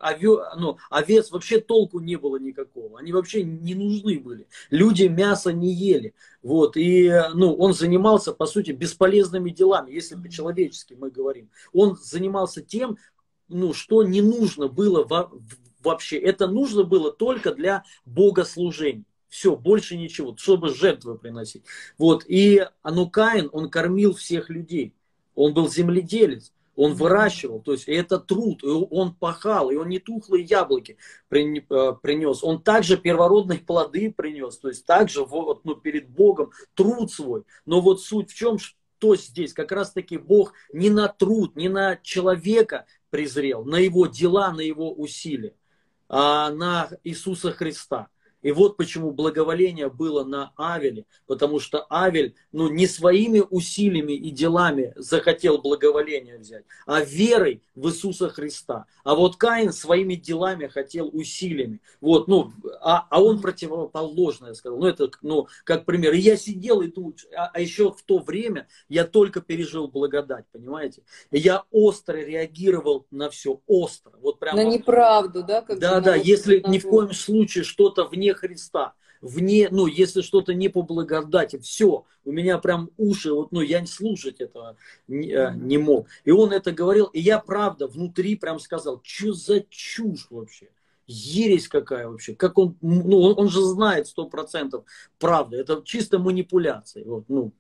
овец вообще толку не было никакого. Они вообще не нужны были. Люди мясо не ели. Вот. И ну, он занимался, по сути, бесполезными делами, если по-человечески мы говорим. Он занимался тем, ну, что не нужно было вообще. Это нужно было только для богослужения. Все, больше ничего, чтобы жертвы приносить. Вот. И Каин, он кормил всех людей. Он был земледелец. Он выращивал, то есть это труд, и он пахал, и он не тухлые яблоки принес, он также первородные плоды принес, то есть также вот, ну, перед Богом труд свой. Но вот суть в чем, что здесь как раз таки Бог не на труд, не на человека презрел, на его дела, на его усилия, а на Иисуса Христа. И вот почему благоволение было на Авеле, потому что Авель, ну, не своими усилиями и делами захотел благоволение взять, а верой в Иисуса Христа. А вот Каин своими делами хотел усилиями. Вот, ну, а он противоположное сказал. Ну, это, ну, как пример. И я сидел и думал, а еще в то время я только пережил благодать, понимаете? И я остро реагировал на все, остро. Вот На прям неправду, да, как бы да, на да, вот если на ни в то. коем случае что-то вне Христа, вне, ну, если что-то не по благодати, все, у меня прям уши, вот, ну, я слушать этого не мог. И он это говорил, и я, правда, внутри прям сказал, что за чушь вообще? Ересь какая вообще? Как он, ну, он же знает 100% правда, это чисто манипуляция. Вот, ну,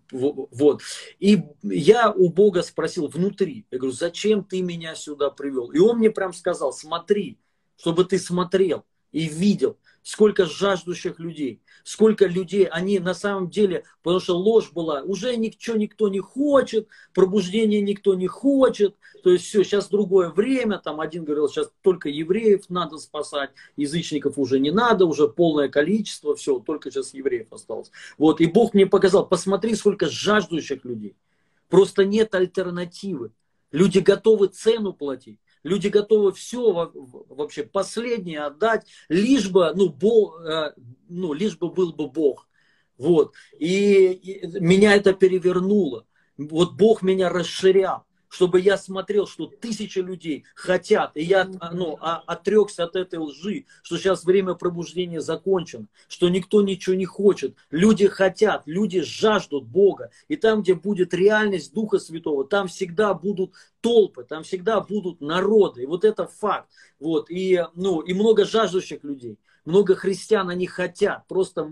вот. И я у Бога спросил внутри, я говорю, зачем ты меня сюда привел? И он мне прям сказал, смотри, чтобы ты смотрел и видел, сколько жаждущих людей, сколько людей, они на самом деле, потому что ложь была, уже никто не хочет, пробуждения никто не хочет, то есть все, сейчас другое время, там один говорил, сейчас только евреев надо спасать, язычников уже не надо, уже полное количество, все, только сейчас евреев осталось. Вот, и Бог мне показал, посмотри, сколько жаждущих людей, просто нет альтернативы, люди готовы цену платить. Люди готовы все вообще последнее отдать, лишь бы, лишь бы был бы Бог. Вот. И меня это перевернуло. Вот Бог меня расширял, чтобы я смотрел, что тысячи людей хотят, и я отрекся от этой лжи, что сейчас время пробуждения закончено, что никто ничего не хочет. Люди хотят, люди жаждут Бога. И там, где будет реальность Духа Святого, там всегда будут толпы, там всегда будут народы. И вот это факт. Вот. И много жаждущих людей, много христиан, они хотят. Просто,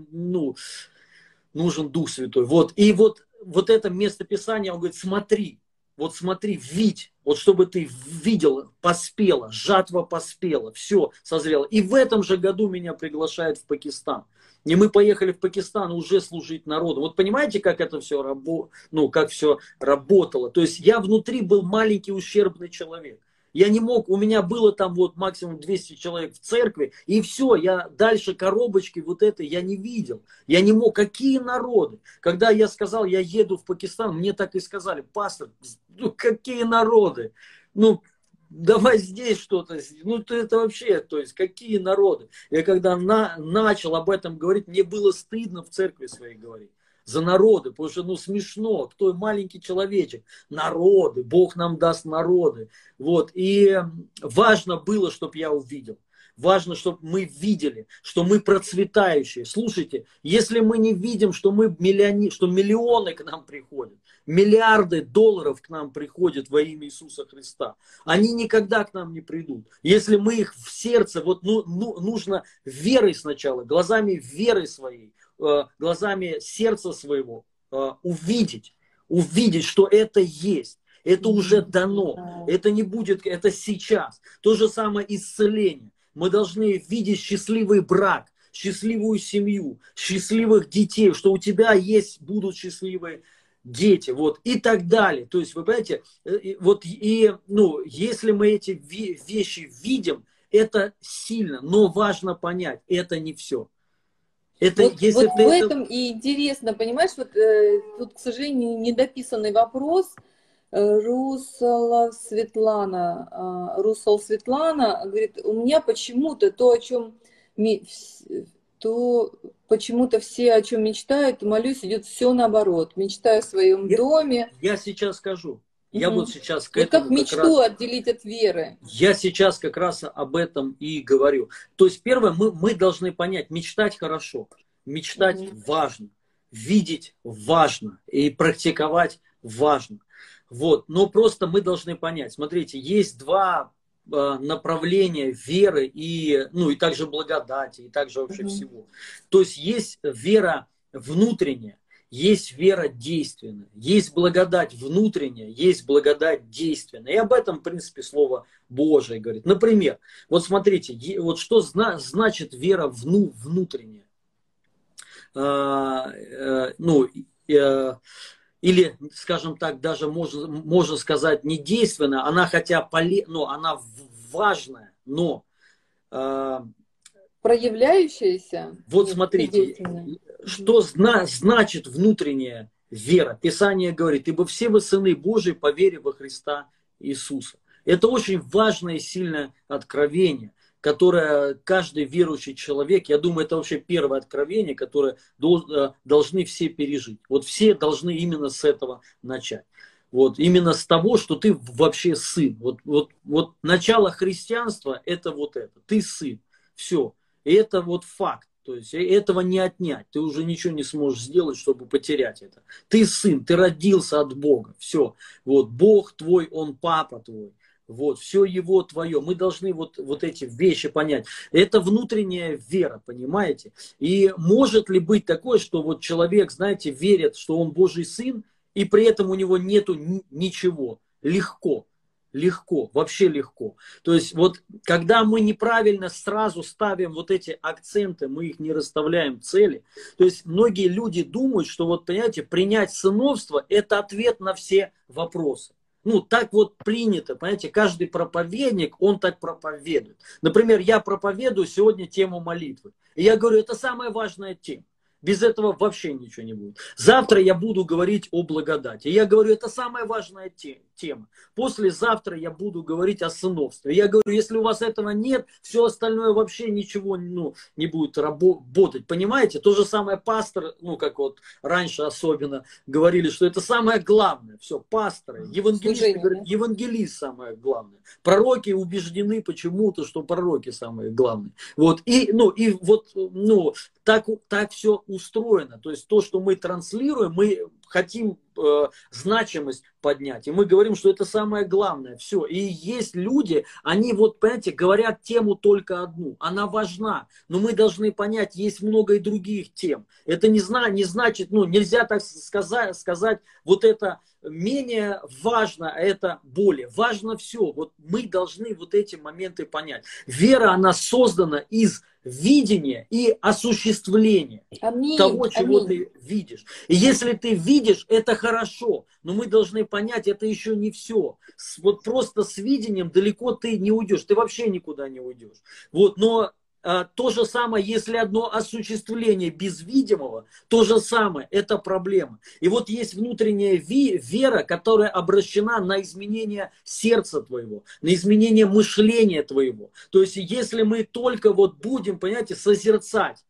нужен Дух Святой. Вот. И вот это место Писания, он говорит, смотри, видь, вот чтобы ты видел, поспела, жатва поспела, все созрело. И в этом же году меня приглашают в Пакистан. И мы поехали в Пакистан уже служить народу. Вот понимаете, как это все, как все работало? То есть я внутри был маленький ущербный человек. Я не мог, у меня было там вот максимум 200 человек в церкви, и все, я дальше коробочки вот этой я не видел. Я не мог, какие народы. Когда я сказал, я еду в Пакистан, мне так и сказали, пастор, какие народы? Давай здесь что-то. Это вообще, то есть, какие народы? Я когда начал об этом говорить, мне было стыдно в церкви своей говорить. за народы, потому что, ну, смешно, кто маленький человечек, народы, Бог нам даст народы, вот, и важно было, чтобы я увидел. Важно, чтобы мы видели, что мы процветающие. Слушайте, если мы не видим, что мы что миллионы к нам приходят, миллиарды долларов к нам приходят во имя Иисуса Христа, они никогда к нам не придут. Если мы их в сердце, вот нужно верой сначала, глазами веры своей, глазами сердца своего увидеть, что это есть. Это уже дано. Это не будет, это сейчас. То же самое исцеление. Мы должны видеть счастливый брак, счастливую семью, счастливых детей, что у тебя есть, будут счастливые дети, вот, и так далее. То есть, вы понимаете, вот, ну, если мы эти вещи видим, это сильно, но важно понять, это не все. Это, вот если вот в этом и интересно, понимаешь, вот тут, к сожалению, недописанный вопрос. Русал Светлана говорит, у меня почему-то почему-то все, о чем мечтают, молюсь, идет все наоборот. Мечтаю в своем доме. Я сейчас скажу. Я вот сейчас к этому как мечту отделить от веры? Я сейчас как раз об этом и говорю. То есть, первое, мы должны понять, мечтать хорошо, мечтать важно, видеть важно и практиковать важно. Вот. Но просто мы должны понять, смотрите, есть два направления веры и, ну, и также благодати, и также вообще всего. То есть есть вера внутренняя, есть вера действенная, есть благодать внутренняя, есть благодать действенная. И об этом, в принципе, Слово Божие говорит. Например, вот смотрите, вот что значит вера внутренняя? Или, скажем так, даже можно сказать не действенная, она хотя она важная, но... проявляющаяся? Вот смотрите, что значит внутренняя вера. Писание говорит, ибо все вы сыны Божии по вере во Христа Иисуса. Это очень важное и сильное откровение, которое каждый верующий человек, я думаю, это вообще первое откровение, которое должны все пережить. Вот все должны именно с этого начать. Вот, именно с того, что ты вообще сын. Вот начало христианства это вот это. Ты сын. Все. И это вот факт. То есть этого не отнять. Ты уже ничего не сможешь сделать, чтобы потерять это. Ты сын, ты родился от Бога. Все. Вот Бог твой, Он папа твой. Вот, все его твое. Мы должны вот эти вещи понять. Это внутренняя вера, понимаете? И может ли быть такое, что вот человек, знаете, верит, что он Божий сын, и при этом у него нету ничего? Легко. Легко, вообще легко. То есть вот когда мы неправильно сразу ставим вот эти акценты, мы их не расставляем цели. То есть многие люди думают, что вот, понимаете, принять сыновство – это ответ на все вопросы. Ну, так вот принято, понимаете, каждый проповедник, он так проповедует. Например, я проповедую сегодня тему молитвы. И я говорю, это самая важная тема. Без этого вообще ничего не будет. Завтра я буду говорить о благодати. Я говорю, это самая важная тема. Послезавтра я буду говорить о сыновстве. Я говорю, если у вас этого нет, все остальное вообще ничего не будет работать. Понимаете? То же самое пастор, как вот раньше особенно говорили, что это самое главное. Все, пасторы, евангелисты говорят, евангелист самое главное. Пророки убеждены почему-то, что пророки самые главные. Вот. Так все устроено. То есть то, что мы транслируем, мы хотим значимость поднять. И мы говорим, что это самое главное. Все. И есть люди, они вот, понимаете, говорят тему только одну. Она важна. Но мы должны понять, есть много и других тем. Это не значит, нельзя так сказать, вот это менее важно, а это более. Важно все. Вот мы должны вот эти моменты понять. Вера, она создана из видения и осуществления того, чего ты видишь. И если ты видишь, это хорошо. Но мы должны понять, это еще не все. Вот просто с видением далеко ты не уйдешь. Ты вообще никуда не уйдешь. Вот, но то же самое, если одно осуществление без видимого, то же самое, это проблема. И вот есть внутренняя вера, которая обращена на изменение сердца твоего, на изменение мышления твоего. То есть, если мы только вот будем, понимаете, созерцать,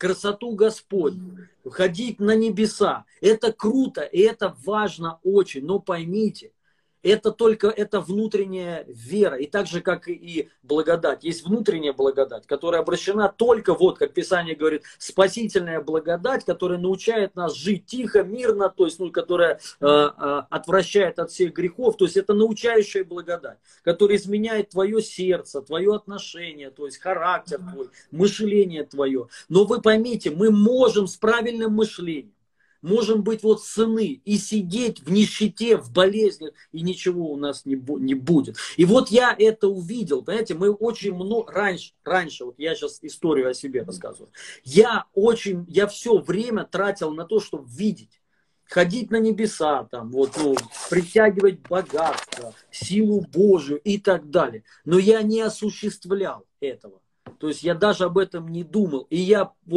красоту Господню, ходить на небеса. Это круто, и это важно очень, но поймите, это внутренняя вера. И так же, как и благодать. Есть внутренняя благодать, которая обращена только, вот как Писание говорит, спасительная благодать, которая научает нас жить тихо, мирно, то есть, которая отвращает от всех грехов. То есть это научающая благодать, которая изменяет твое сердце, твое отношение, то есть характер твой, мышление твое. Но вы поймите, мы можем с правильным мышлением, можем быть вот сыны и сидеть в нищете, в болезнях, и ничего у нас не будет. И вот я это увидел, понимаете, мы очень много, раньше, вот я сейчас историю о себе рассказываю, я все время тратил на то, чтобы видеть, ходить на небеса, там, притягивать богатство, силу Божию и так далее. Но я не осуществлял этого. То есть я даже об этом не думал. И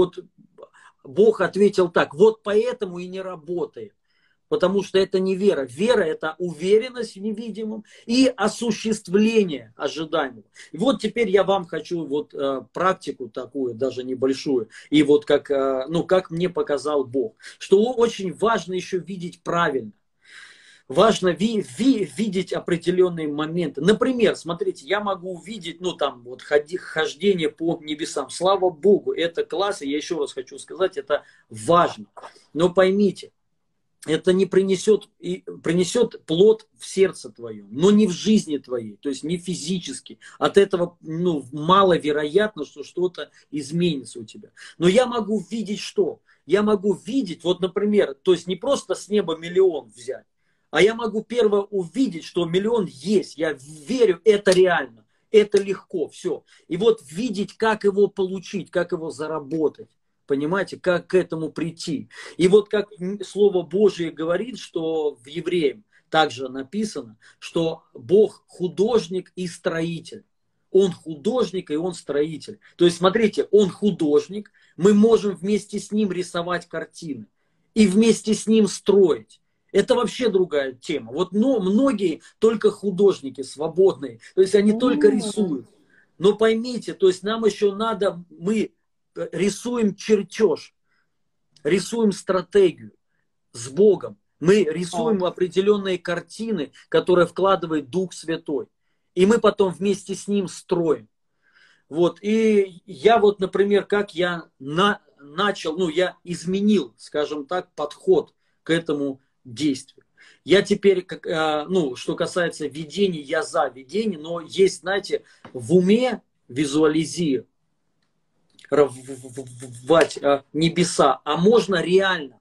Бог ответил так: вот поэтому и не работает. Потому что это не вера. Вера – это уверенность в невидимом и осуществление ожидаемого. И вот теперь я вам хочу практику такую, даже небольшую. И как мне показал Бог. Что очень важно еще видеть правильно. Важно видеть определенные моменты. Например, смотрите, я могу увидеть, хождение по небесам. Слава Богу, это класс, и я еще раз хочу сказать, это важно. Но поймите, это не принесет плод в сердце твоем, но не в жизни твоей, то есть не физически. От этого маловероятно, что что-то изменится у тебя. Но я могу видеть что? Я могу видеть, например, то есть не просто с неба миллион взять, а я могу первое увидеть, что миллион есть. Я верю, это реально, это легко, все. И видеть, как его получить, как его заработать. Понимаете, как к этому прийти. И как Слово Божие говорит, что в Евреям также написано, что Бог художник и строитель. Он художник и он строитель. То есть, смотрите, он художник, мы можем вместе с ним рисовать картины и вместе с ним строить. Это вообще другая тема. Но многие только художники свободные. То есть они только рисуют. Но поймите, то есть нам еще надо, мы рисуем чертеж, рисуем стратегию с Богом. Мы рисуем определенные картины, которые вкладывает Дух Святой. И мы потом вместе с Ним строим. И я например, как я начал, я изменил, скажем так, подход к этому действию. Я теперь, что касается видений, я за видение, но есть, знаете, в уме визуализировать небеса, а можно реально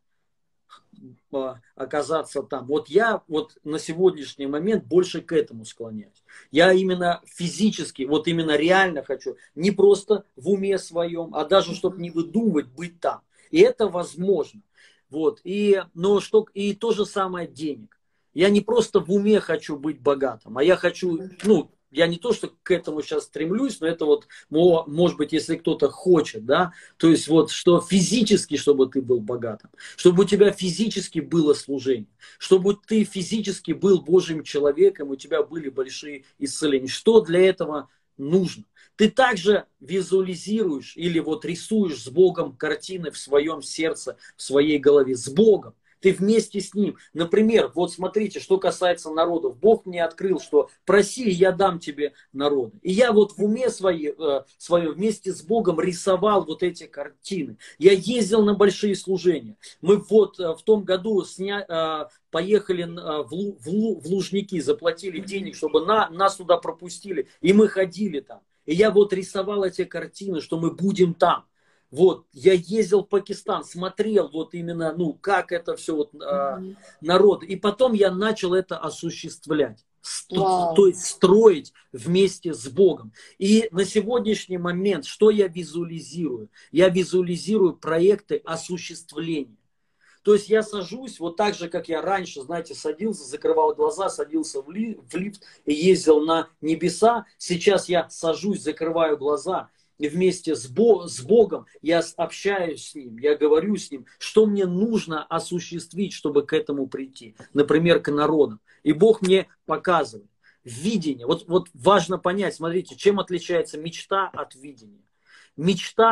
оказаться там. Я на сегодняшний момент больше к этому склоняюсь. Я именно физически, именно реально хочу, не просто в уме своем, а даже чтобы не выдумывать, быть там. И это возможно. И то же самое денег. Я не просто в уме хочу быть богатым, а я хочу, я не то, что к этому сейчас стремлюсь, но это может быть, если кто-то хочет, да, то есть что физически, чтобы ты был богатым, чтобы у тебя физически было служение, чтобы ты физически был Божьим человеком, у тебя были большие исцеления. Что для этого нужно? Ты также визуализируешь или рисуешь с Богом картины в своем сердце, в своей голове, с Богом. Ты вместе с Ним. Например, смотрите, что касается народов. Бог мне открыл, что проси, и я дам тебе народы. И я в уме своем вместе с Богом рисовал эти картины. Я ездил на большие служения. Мы в том году поехали в Лужники, заплатили денег, чтобы нас туда пропустили. И мы ходили там. И я рисовал эти картины, что мы будем там. Я ездил в Пакистан, смотрел именно, как это все народ. И потом я начал это осуществлять. То есть строить вместе с Богом. И на сегодняшний момент, что я визуализирую? Я визуализирую проекты осуществления. То есть я сажусь, так же, как я раньше, знаете, садился, закрывал глаза, садился в лифт и ездил на небеса. Сейчас я сажусь, закрываю глаза, и вместе с Богом я общаюсь с Ним, я говорю с Ним, что мне нужно осуществить, чтобы к этому прийти. Например, к народам. И Бог мне показывает. Видение. Важно понять, смотрите, чем отличается мечта от видения. Мечта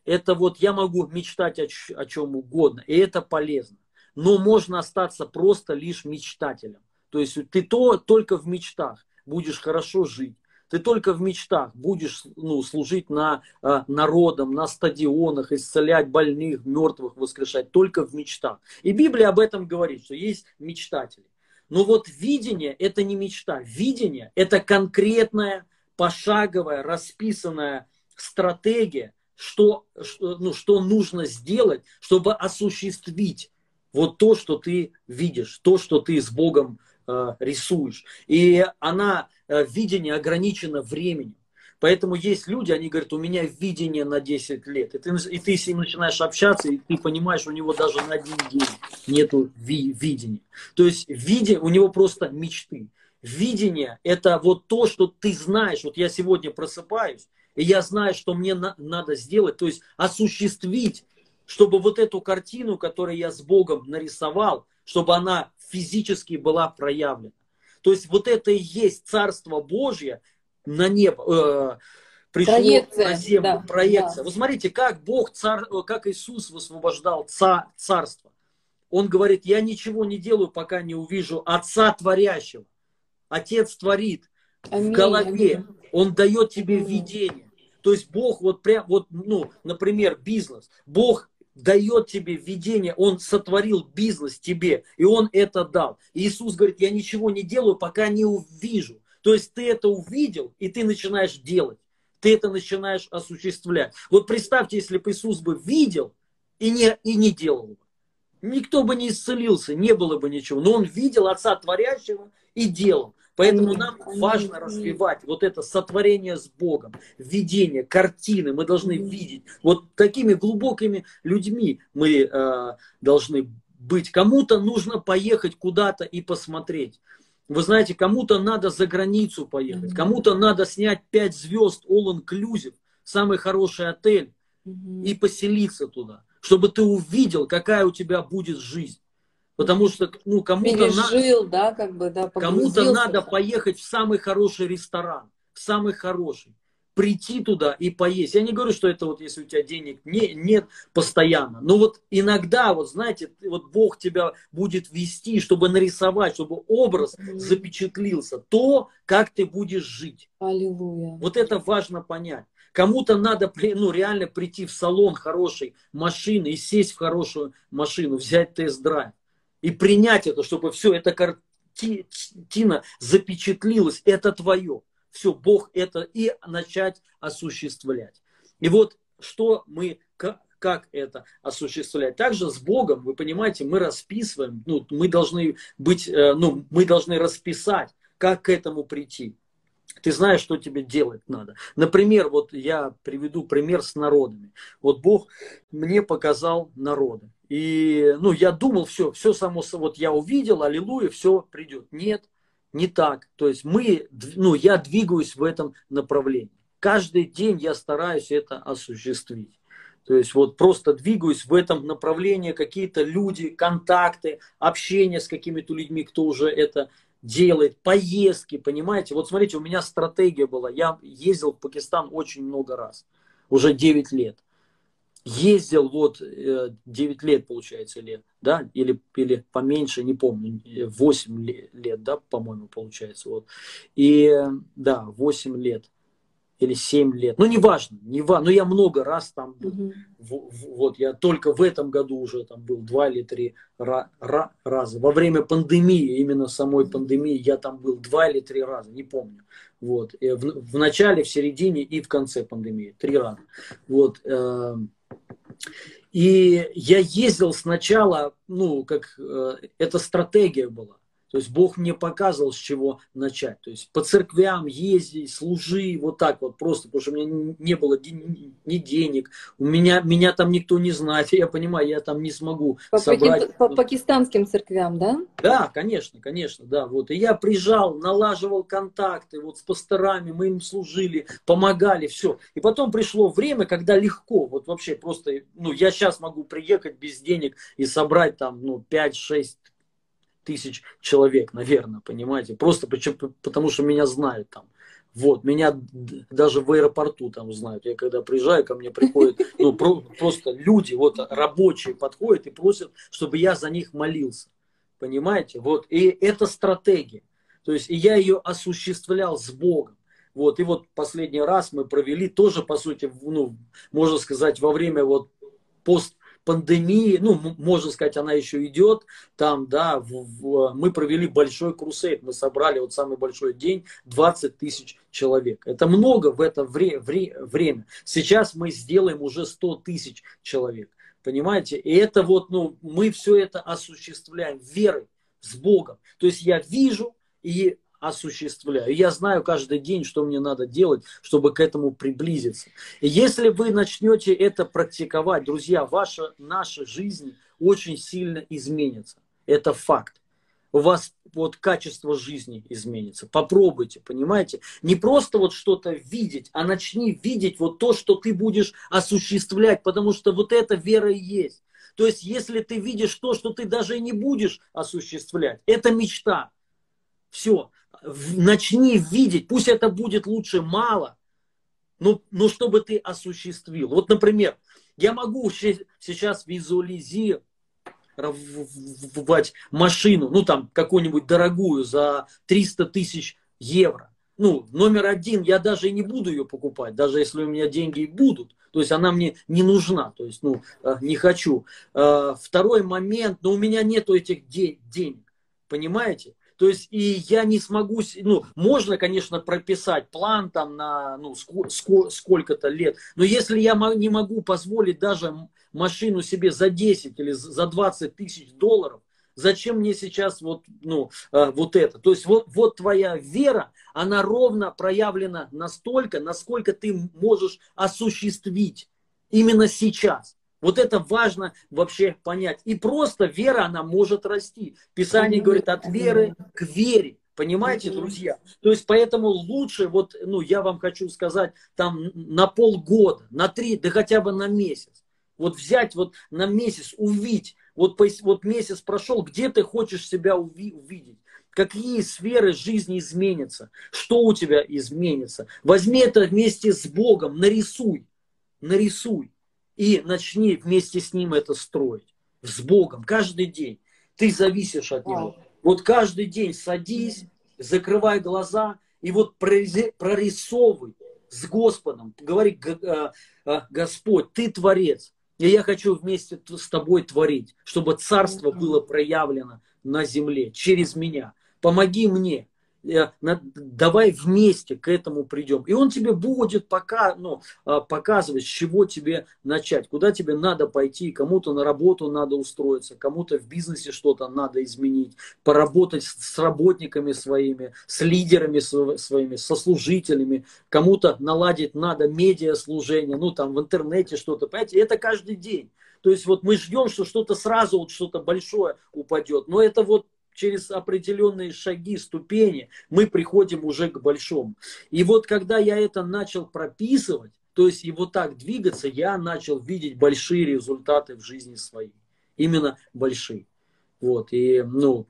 это вот я могу мечтать о чем угодно, и это полезно. Но можно остаться просто лишь мечтателем. То есть ты только в мечтах будешь хорошо жить. Ты только в мечтах будешь служить народам, на стадионах, исцелять больных, мертвых, воскрешать. Только в мечтах. И Библия об этом говорит, что есть мечтатели. Но вот видение – это не мечта. Видение – это конкретная, пошаговая, расписанная стратегия, что нужно сделать, чтобы осуществить вот то, что ты видишь, то, что ты с Богом рисуешь. И видение ограничено временем. Поэтому есть люди, они говорят, у меня видение на 10 лет. И ты с ним начинаешь общаться, и ты понимаешь, у него даже на один день нету видения. То есть у него просто мечты. Видение – это вот то, что ты знаешь. Вот я сегодня просыпаюсь, и я знаю, что мне надо сделать, то есть осуществить, чтобы вот эту картину, которую я с Богом нарисовал, чтобы она физически была проявлена. То есть вот это и есть Царство Божье на небо, пришло Проекция, на землю, да, проекция. да. Вы смотрите, как как Иисус высвобождал царство. Он говорит, я ничего не делаю, пока не увижу Отца Творящего. Отец творит в Аминь, голове, аминь. Он дает тебе Аминь. видение. То есть Бог например, бизнес. Бог дает тебе видение, Он сотворил бизнес тебе, и Он это дал. И Иисус говорит, я ничего не делаю, пока не увижу. То есть ты это увидел, и ты начинаешь делать. Ты это начинаешь осуществлять. Вот представьте, если бы Иисус бы видел и не делал бы. Никто бы не исцелился, не было бы ничего. Но Он видел Отца Творящего и делал. Поэтому Аминь, нам аминь, важно аминь. развивать вот это сотворение с Богом, видение, картины. Мы должны видеть. Вот такими глубокими людьми мы должны быть. Кому-то нужно поехать куда-то и посмотреть. Вы знаете, кому-то надо за границу поехать, кому-то надо снять 5 звезд all inclusive, самый хороший отель, и поселиться туда, чтобы ты увидел, какая у тебя будет жизнь. Потому что Пережил, да, как бы, да, кому-то погрузился. надо поехать в самый хороший ресторан, в самый хороший, прийти туда и поесть. Я не говорю, что это вот если у тебя денег нет постоянно, но вот иногда, вот знаете, вот Бог тебя будет вести, чтобы нарисовать, чтобы образ запечатлился, то, как ты будешь жить. Аллилуйя. Вот это важно понять. Кому-то надо реально прийти в салон хорошей машины и сесть в хорошую машину, взять тест-драйв и принять это, чтобы все, эта картина запечатлилась, это твое. Все, Бог это и начать осуществлять. И вот как это осуществлять? Также с Богом, вы понимаете, мы расписываем, мы должны мы должны расписать, как к этому прийти. Ты знаешь, что тебе делать надо. Например, вот я приведу пример с народами. Вот Бог мне показал народы. И, я думал, все само собой, вот я увидел, аллилуйя, все придет. Нет, не так. То есть я двигаюсь в этом направлении. Каждый день я стараюсь это осуществить. То есть вот просто двигаюсь в этом направлении, какие-то люди, контакты, общение с какими-то людьми, кто уже это делает, поездки, понимаете. Вот смотрите, у меня стратегия была. Я ездил в Пакистан очень много раз, уже 9 лет. Ездил 9 лет, получается, да, или поменьше, не помню, 8 лет, да, по-моему, получается. Вот. И да, 8 лет или 7 лет, неважно, но я много раз там был. Вот я только в этом году уже там был 2 или 3 раза. Во время пандемии, именно самой пандемии, я там был 2 или 3 раза, не помню. Вот. И в начале, в середине и в конце пандемии 3 раза. Вот. И я ездил сначала, это стратегия была. То есть Бог мне показывал, с чего начать. То есть по церквям езди, служи, вот так вот просто, потому что у меня не было ни денег, меня там никто не знает, я понимаю, я там не смогу собрать. По пакистанским церквям, да? Да, конечно, да. Вот. И я приезжал, налаживал контакты вот с пасторами, мы им служили, помогали, все. И потом пришло время, когда легко, вот вообще просто, я сейчас могу приехать без денег и собрать там, 5-6 тысяч человек, наверное, понимаете, просто потому что меня знают там. Вот, меня даже в аэропорту там знают. Я когда приезжаю, ко мне приходят, ну, просто люди, вот рабочие подходят и просят, чтобы я за них молился. Понимаете? Вот, и это стратегия. То есть, и я ее осуществлял с Богом. Вот, и вот последний раз мы провели тоже, по сути, ну, можно сказать, во время вот постпандемии, ну, можно сказать, она еще идет, там, да, мы провели большой крусейд, мы собрали вот самый большой день 20 тысяч человек. Это много в это время. Сейчас мы сделаем уже 100 тысяч человек. Понимаете? И это вот, ну, мы все это осуществляем верой с Богом. То есть я вижу и осуществляю. Я знаю каждый день, что мне надо делать, чтобы к этому приблизиться. И если вы начнете это практиковать, друзья, наша жизнь очень сильно изменится. Это факт. У вас вот качество жизни изменится. Попробуйте, понимаете? Не просто вот что-то видеть, а начни видеть вот то, что ты будешь осуществлять, потому что вот эта вера и есть. То есть, если ты видишь то, что ты даже и не будешь осуществлять, это мечта. Все. Начни видеть, пусть это будет лучше мало, но чтобы ты осуществил. Вот, например, я могу сейчас визуализировать машину, ну там какую-нибудь дорогую за 300 тысяч евро. Ну, номер один, я даже и не буду ее покупать, даже если у меня деньги и будут. То есть она мне не нужна, то есть, ну, не хочу. Второй момент, но у меня нету этих денег, понимаете? То есть, и я не смогу, ну, можно, конечно, прописать план там на, ну, сколько-то лет, но если я не могу позволить даже машину себе за 10 или за 20 тысяч долларов, зачем мне сейчас вот, ну, вот это? То есть, вот твоя вера, она ровно проявлена настолько, насколько ты можешь осуществить именно сейчас. Вот это важно вообще понять. И просто вера, она может расти. Писание говорит от веры к вере. Понимаете, друзья? То есть поэтому лучше, вот, ну, я вам хочу сказать, там на полгода, на 3, да хотя бы на месяц. Вот взять вот на месяц, увидеть. Вот месяц прошел, где ты хочешь себя увидеть? Какие сферы жизни изменятся? Что у тебя изменится? Возьми это вместе с Богом, нарисуй. Нарисуй. И начни вместе с ним это строить. С Богом. Каждый день. Ты зависишь от Него. Вот каждый день садись, закрывай глаза и вот прорисовывай с Господом. Говори, Господь, Ты Творец. И я хочу вместе с Тобой творить, чтобы Царство было проявлено на земле через меня. Помоги мне. Давай вместе к этому придем. И он тебе будет показывать, с чего тебе начать, куда тебе надо пойти, кому-то на работу надо устроиться, кому-то в бизнесе что-то надо изменить, поработать с работниками своими, с лидерами своими, со служителями, кому-то наладить надо медиаслужение, ну там в интернете что-то, понимаете, это каждый день. То есть вот мы ждем, что что-то сразу, вот что-то большое упадет, но это вот через определенные шаги, ступени мы приходим уже к большому. И вот когда я это начал прописывать, то есть и вот так двигаться, я начал видеть большие результаты в жизни своей. Именно большие. Вот, и, ну,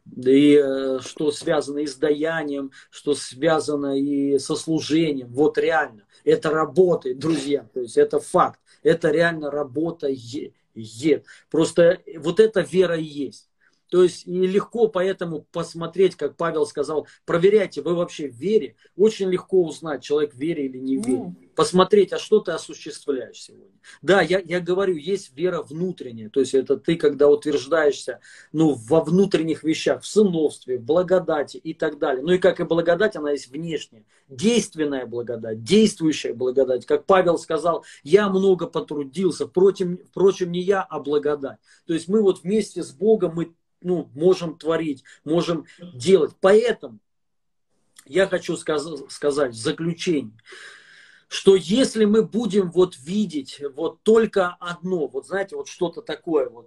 что связано и с даянием, что связано и со служением. Вот реально, это работает, друзья. То есть это факт. Это реально работает. Просто вот эта вера и есть. То есть и легко поэтому посмотреть, как Павел сказал, проверяйте, вы вообще в вере. Очень легко узнать, человек в вере или не в вере. Посмотреть, а что ты осуществляешь сегодня. Да, я говорю, есть вера внутренняя. То есть это ты, когда утверждаешься, ну, во внутренних вещах, в сыновстве, в благодати и так далее. Ну и как и благодать, она есть внешняя. Действенная благодать, действующая благодать. Как Павел сказал, я много потрудился, впрочем, не я, а благодать. То есть мы вот вместе с Богом, мы можем творить, можем делать. Поэтому я хочу сказать в заключение, что если мы будем вот видеть вот только одно, вот знаете, вот что-то такое вот,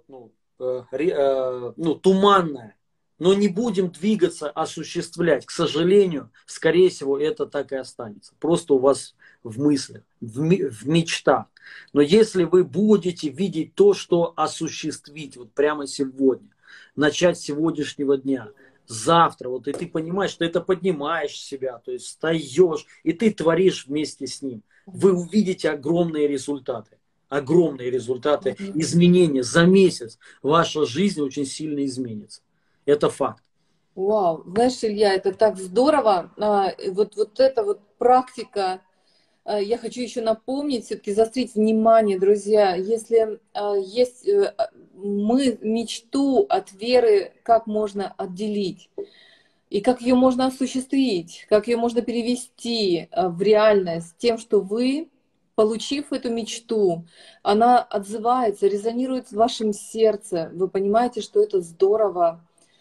туманное, но не будем двигаться, осуществлять, к сожалению, скорее всего, это так и останется. Просто у вас в мыслях, в мечтах. Но если вы будете видеть то, что осуществить вот прямо сегодня, начать с сегодняшнего дня, завтра, вот, и ты понимаешь, что это поднимаешь себя, то есть встаешь, и ты творишь вместе с ним. Вы увидите огромные результаты, изменения за месяц. Ваша жизнь очень сильно изменится. Это факт. Вау, знаешь, Илья, это так здорово. Вот эта вот практика, я хочу еще напомнить, все-таки заострить внимание, друзья, если есть мы мечту от веры, как можно отделить, и как ее можно осуществить, как ее можно перевести в реальность, тем, что вы, получив эту мечту, она отзывается, резонирует в вашем сердце, вы понимаете, что это здорово.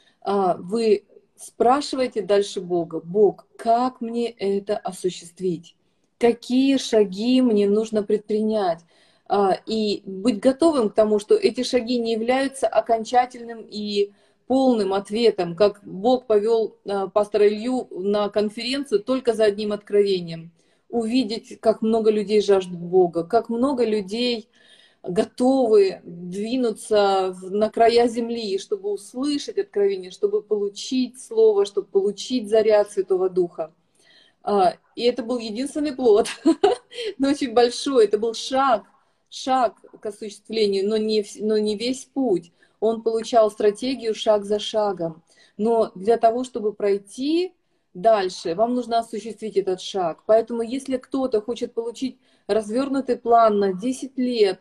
Вы спрашиваете дальше Бога: Бог, как мне это осуществить? Какие шаги мне нужно предпринять? И быть готовым к тому, что эти шаги не являются окончательным и полным ответом, как Бог повел пастора Илью на конференцию только за одним откровением. Увидеть, как много людей жаждут Бога, как много людей готовы двинуться на края земли, чтобы услышать откровение, чтобы получить Слово, чтобы получить заряд Святого Духа. И это был единственный плод, но очень большой. Это был шаг к осуществлению, но не весь путь. Он получал стратегию шаг за шагом. Но для того, чтобы пройти дальше, вам нужно осуществить этот шаг. Поэтому если кто-то хочет получить развернутый план на 10 лет,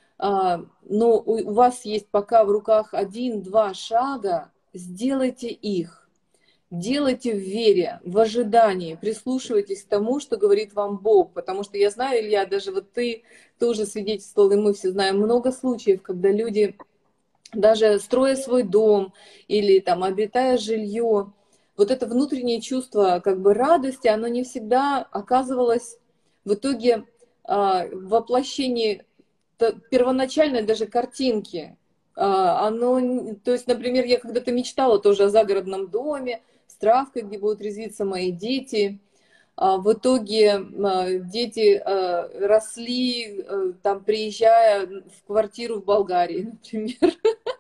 но у вас есть пока в руках 1-2 шага, сделайте их. Делайте в вере, в ожидании, прислушивайтесь к тому, что говорит вам Бог. Потому что я знаю, Илья, даже вот ты тоже свидетельствовал, и мы все знаем много случаев, когда люди, даже строя свой дом или там обретая жилье, вот это внутреннее чувство как бы радости, оно не всегда оказывалось в итоге в воплощении первоначальной даже картинки. То есть, например, я когда-то мечтала тоже о загородном доме, с травкой, где будут резвиться мои дети. В итоге дети росли, там, приезжая в квартиру в Болгарии, например.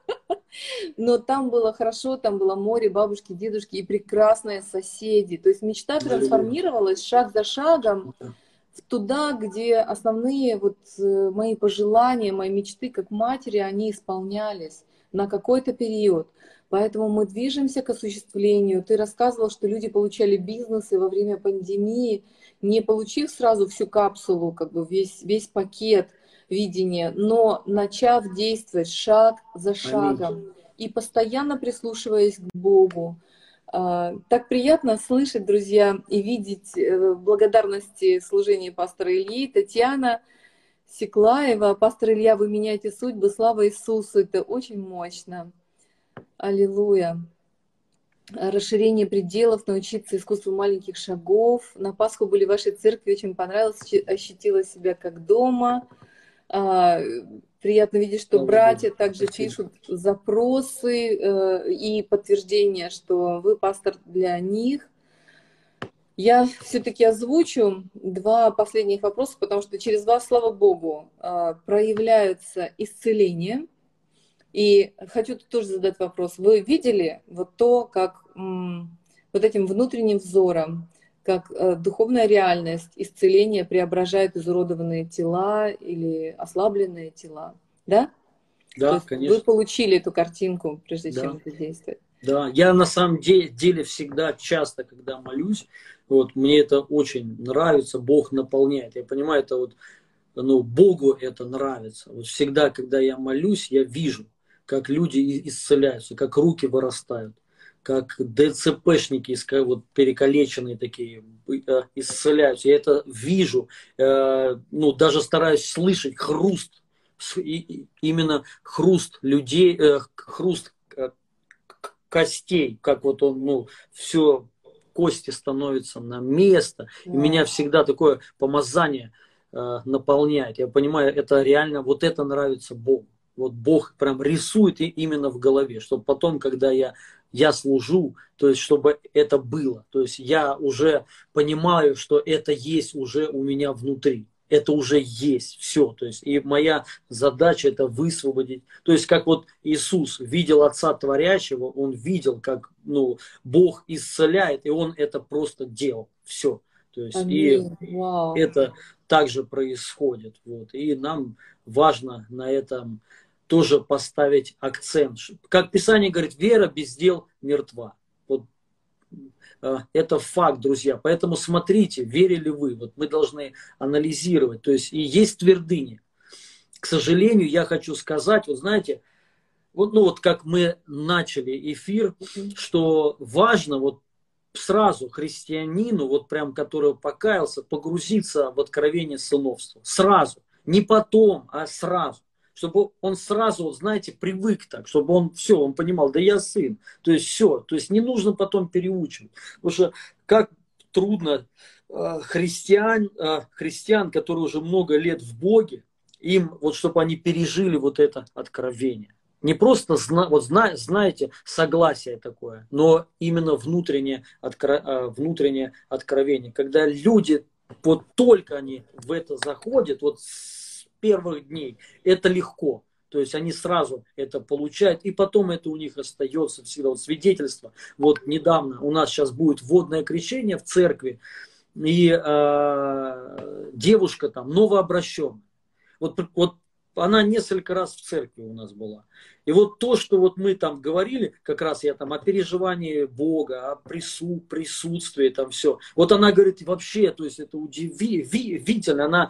Но там было хорошо, там было море, бабушки, дедушки и прекрасные соседи. То есть мечта трансформировалась шаг за шагом туда, где основные вот мои пожелания, мои мечты как матери, они исполнялись на какой-то период. Поэтому мы движемся к осуществлению. Ты рассказывал, что люди получали бизнесы во время пандемии, не получив сразу всю капсулу, как бы весь пакет видения, но начав действовать шаг за шагом и постоянно прислушиваясь к Богу. Так приятно слышать, друзья, и видеть благодарности служения пастора Ильи. Татьяна Секлаева: пастор Илья, вы меняете судьбы, слава Иисусу. Это очень мощно. Аллилуйя. Расширение пределов, научиться искусству маленьких шагов. На Пасху были в вашей церкви, очень понравилось, ощутила себя как дома. Приятно видеть, что братья также пишут запросы и подтверждения, что вы пастор для них. Я все-таки озвучу 2 последних вопроса, потому что через вас, слава Богу, проявляются исцеления. И хочу тут тоже задать вопрос. Вы видели вот то, как вот этим внутренним взором, как духовная реальность исцеления преображает изуродованные тела или ослабленные тела? Да? Да, конечно. Вы получили эту картинку, прежде чем это действовать. Да, я на самом деле всегда, часто, когда молюсь, вот мне это очень нравится, Бог наполняет. Я понимаю, это вот, Богу это нравится. Вот всегда, когда я молюсь, я вижу, как люди исцеляются, как руки вырастают, как ДЦПшники, вот перекалеченные такие, исцеляются. Я это вижу, даже стараюсь слышать хруст, именно хруст людей, хруст костей, как вот он, все, кости становятся на место. И меня всегда такое помазание наполняет. Я понимаю, это реально, вот это нравится Богу. Вот Бог прям рисует именно в голове, чтобы потом, когда я служу, то есть чтобы это было. То есть я уже понимаю, что это есть уже у меня внутри. это уже есть все. То есть, и моя задача это высвободить. То есть, как вот Иисус видел Отца Творящего, он видел, как Бог исцеляет, и он это просто делал. Все. То есть, и Аминь. Вау. это также происходит. Вот. И нам важно на этом тоже поставить акцент. Как Писание говорит, вера без дел мертва. Вот это факт, друзья. Поэтому смотрите, верили вы. Вот мы должны анализировать. То есть и есть твердыни. К сожалению, я хочу сказать, вот знаете, вот как мы начали эфир, что важно вот сразу христианину, вот прям который покаялся, погрузиться в откровение сыновства. Сразу. Не потом, а сразу. Чтобы он сразу, знаете, привык так, чтобы он понимал, да я сын. То есть все, то есть не нужно потом переучивать. Потому что как трудно христиан, которые уже много лет в Боге, им вот чтобы они пережили вот это откровение. Не просто, знаете, согласие такое, но именно внутреннее откровение. Когда люди, вот только они в это заходят, вот с первых дней, это легко. То есть они сразу это получают, и потом это у них остается всегда. Вот свидетельство. Вот недавно у нас сейчас будет водное крещение в церкви, и девушка там новообращенная. Вот она несколько раз в церкви у нас была. И вот то, что вот мы там говорили, как раз я там о переживании Бога, о присутствии, там все. Вот она говорит, вообще, то есть это удивительно. Она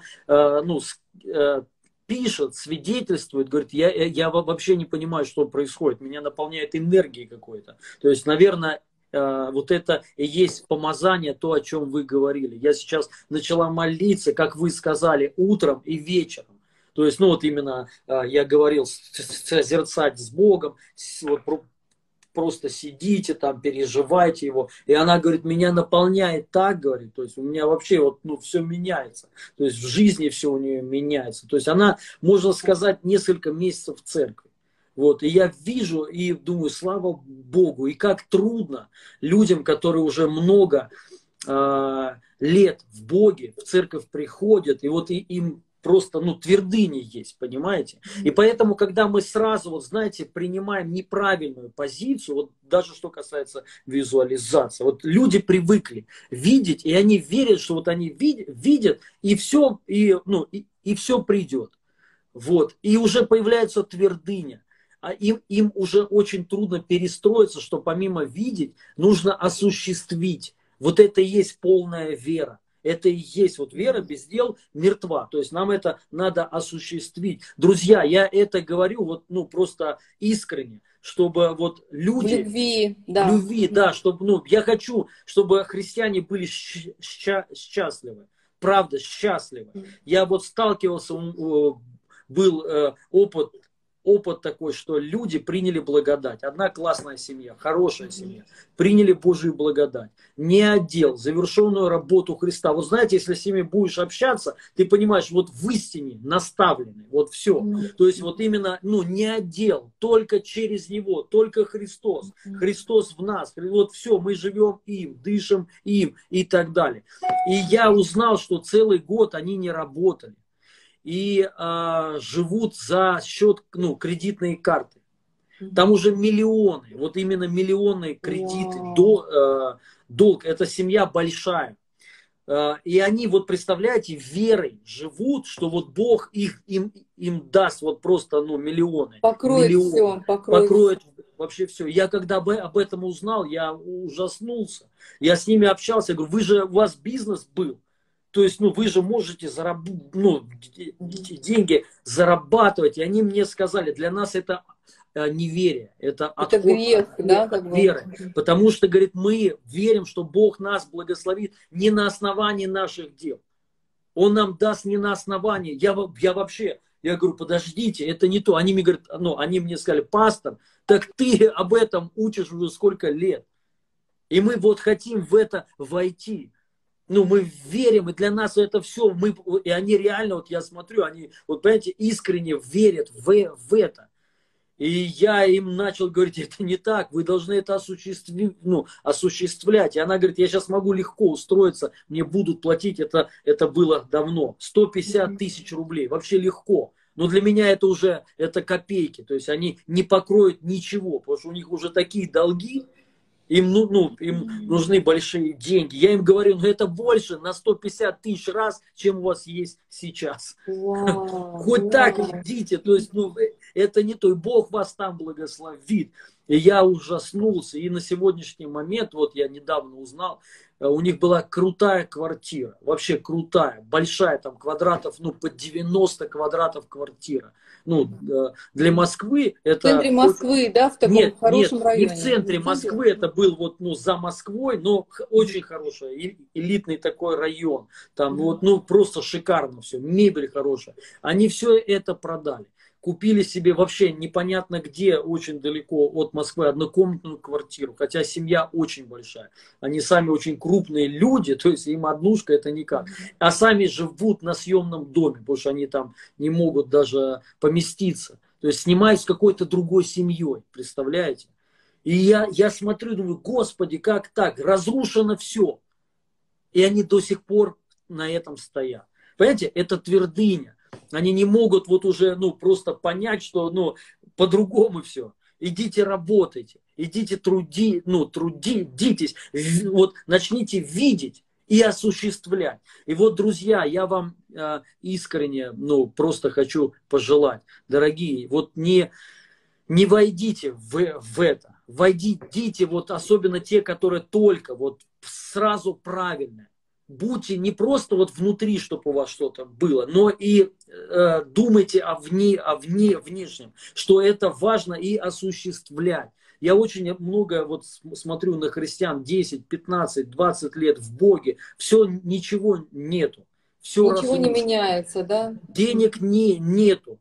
пишет, свидетельствует, говорит, я вообще не понимаю, что происходит. Меня наполняет энергией какой-то. То есть, наверное, вот это и есть помазание, то, о чем вы говорили. Я сейчас начала молиться, как вы сказали, утром и вечером. То есть, вот именно я говорил, созерцать с Богом, вот просто сидите там, переживайте его. И она говорит, меня наполняет так, говорит, то есть у меня вообще все меняется. То есть в жизни все у нее меняется. То есть она, можно сказать, несколько месяцев в церкви. Вот, и я вижу и думаю, слава Богу, и как трудно людям, которые уже много лет в Боге, в церковь приходят, и вот им просто, твердыни есть, понимаете? И поэтому, когда мы сразу, вот знаете, принимаем неправильную позицию, вот даже что касается визуализации, вот люди привыкли видеть, и они верят, что вот они видят, и все, и все придет. Вот, и уже появляется твердыня. А им уже очень трудно перестроиться, что помимо видеть, нужно осуществить. Вот это и есть полная вера. Это и есть вот вера без дел мертва. То есть нам это надо осуществить. Друзья, я это говорю просто искренне, чтобы вот люди... Любви, да, чтобы, я хочу, чтобы христиане были счастливы. Правда, счастливы. Я вот сталкивался, был опыт такой, что люди приняли благодать. Одна классная семья, хорошая семья. Приняли Божию благодать. Не отдел, завершенную работу Христа. Вот знаете, если с ними будешь общаться, ты понимаешь, вот в истине наставлены. Вот все. То есть вот именно, не отдел, только через Него, только Христос. Христос в нас. Вот все, мы живем им, дышим им и так далее. И я узнал, что целый год они не работали. И живут за счет кредитной карты. Там уже миллионы, вот именно миллионные кредиты, долг, эта семья большая. И они, вот представляете, верой живут, что вот Бог им даст вот просто миллионы. Покроет все, покроет вообще все. Я когда об этом узнал, я ужаснулся. Я с ними общался, я говорю, у вас бизнес был. То есть, вы же можете деньги зарабатывать. И они мне сказали, для нас это неверие, это отход грех, от веры. Потому что, говорит, мы верим, что Бог нас благословит не на основании наших дел. Он нам даст не на основании. Я говорю, подождите, это не то. Они мне говорят, они мне сказали, пастор, так ты об этом учишь уже сколько лет. И мы вот хотим в это войти. Мы верим, и для нас это все. И они реально, вот я смотрю, они, вот понимаете, искренне верят в это. И я им начал говорить, это не так, вы должны это осуществлять. И она говорит, я сейчас могу легко устроиться, мне будут платить, это было давно, 150 тысяч рублей, вообще легко. Но для меня это уже это копейки, то есть они не покроют ничего, потому что у них уже такие долги, им нужны большие деньги. Я им говорю, ну это больше на 150 тысяч раз, чем у вас есть сейчас. Вау, Хоть так вау. идите, то есть, это не то, и Бог вас там благословит. И я ужаснулся, и на сегодняшний момент, вот я недавно узнал, у них была крутая квартира, вообще крутая, большая, там квадратов, под 90 квадратов квартира. Для Москвы В центре это... Москвы, да, в таком Нет, хорошем не в районе? Не центре в центре? Москвы, это был за Москвой, но очень хороший, элитный такой район. Там просто шикарно все, мебель хорошая. Они все это продали. Купили себе вообще непонятно где, очень далеко от Москвы, однокомнатную квартиру. Хотя семья очень большая. Они сами очень крупные люди, то есть им однушка это никак. А сами живут на съемном доме, потому что они там не могут даже поместиться. То есть снимают с какой-то другой семьей, представляете? И я смотрю, думаю, Господи, как так? Разрушено все. И они до сих пор на этом стоят. Понимаете, это твердыня. Они не могут вот уже, просто понять, что, по-другому все. Идите работайте, идите трудитесь, вот начните видеть и осуществлять. И вот, друзья, я вам искренне, просто хочу пожелать, дорогие, вот не войдите в это. Войдите, вот особенно те, которые только вот сразу правильно. Будьте не просто вот внутри, чтобы у вас что-то было, но и думайте о внешнем, что это важно и осуществлять. Я очень много вот смотрю на христиан 10, 15, 20 лет в Боге, все, ничего нету. Все Ничего не разрушено. меняется, да? Денег нету,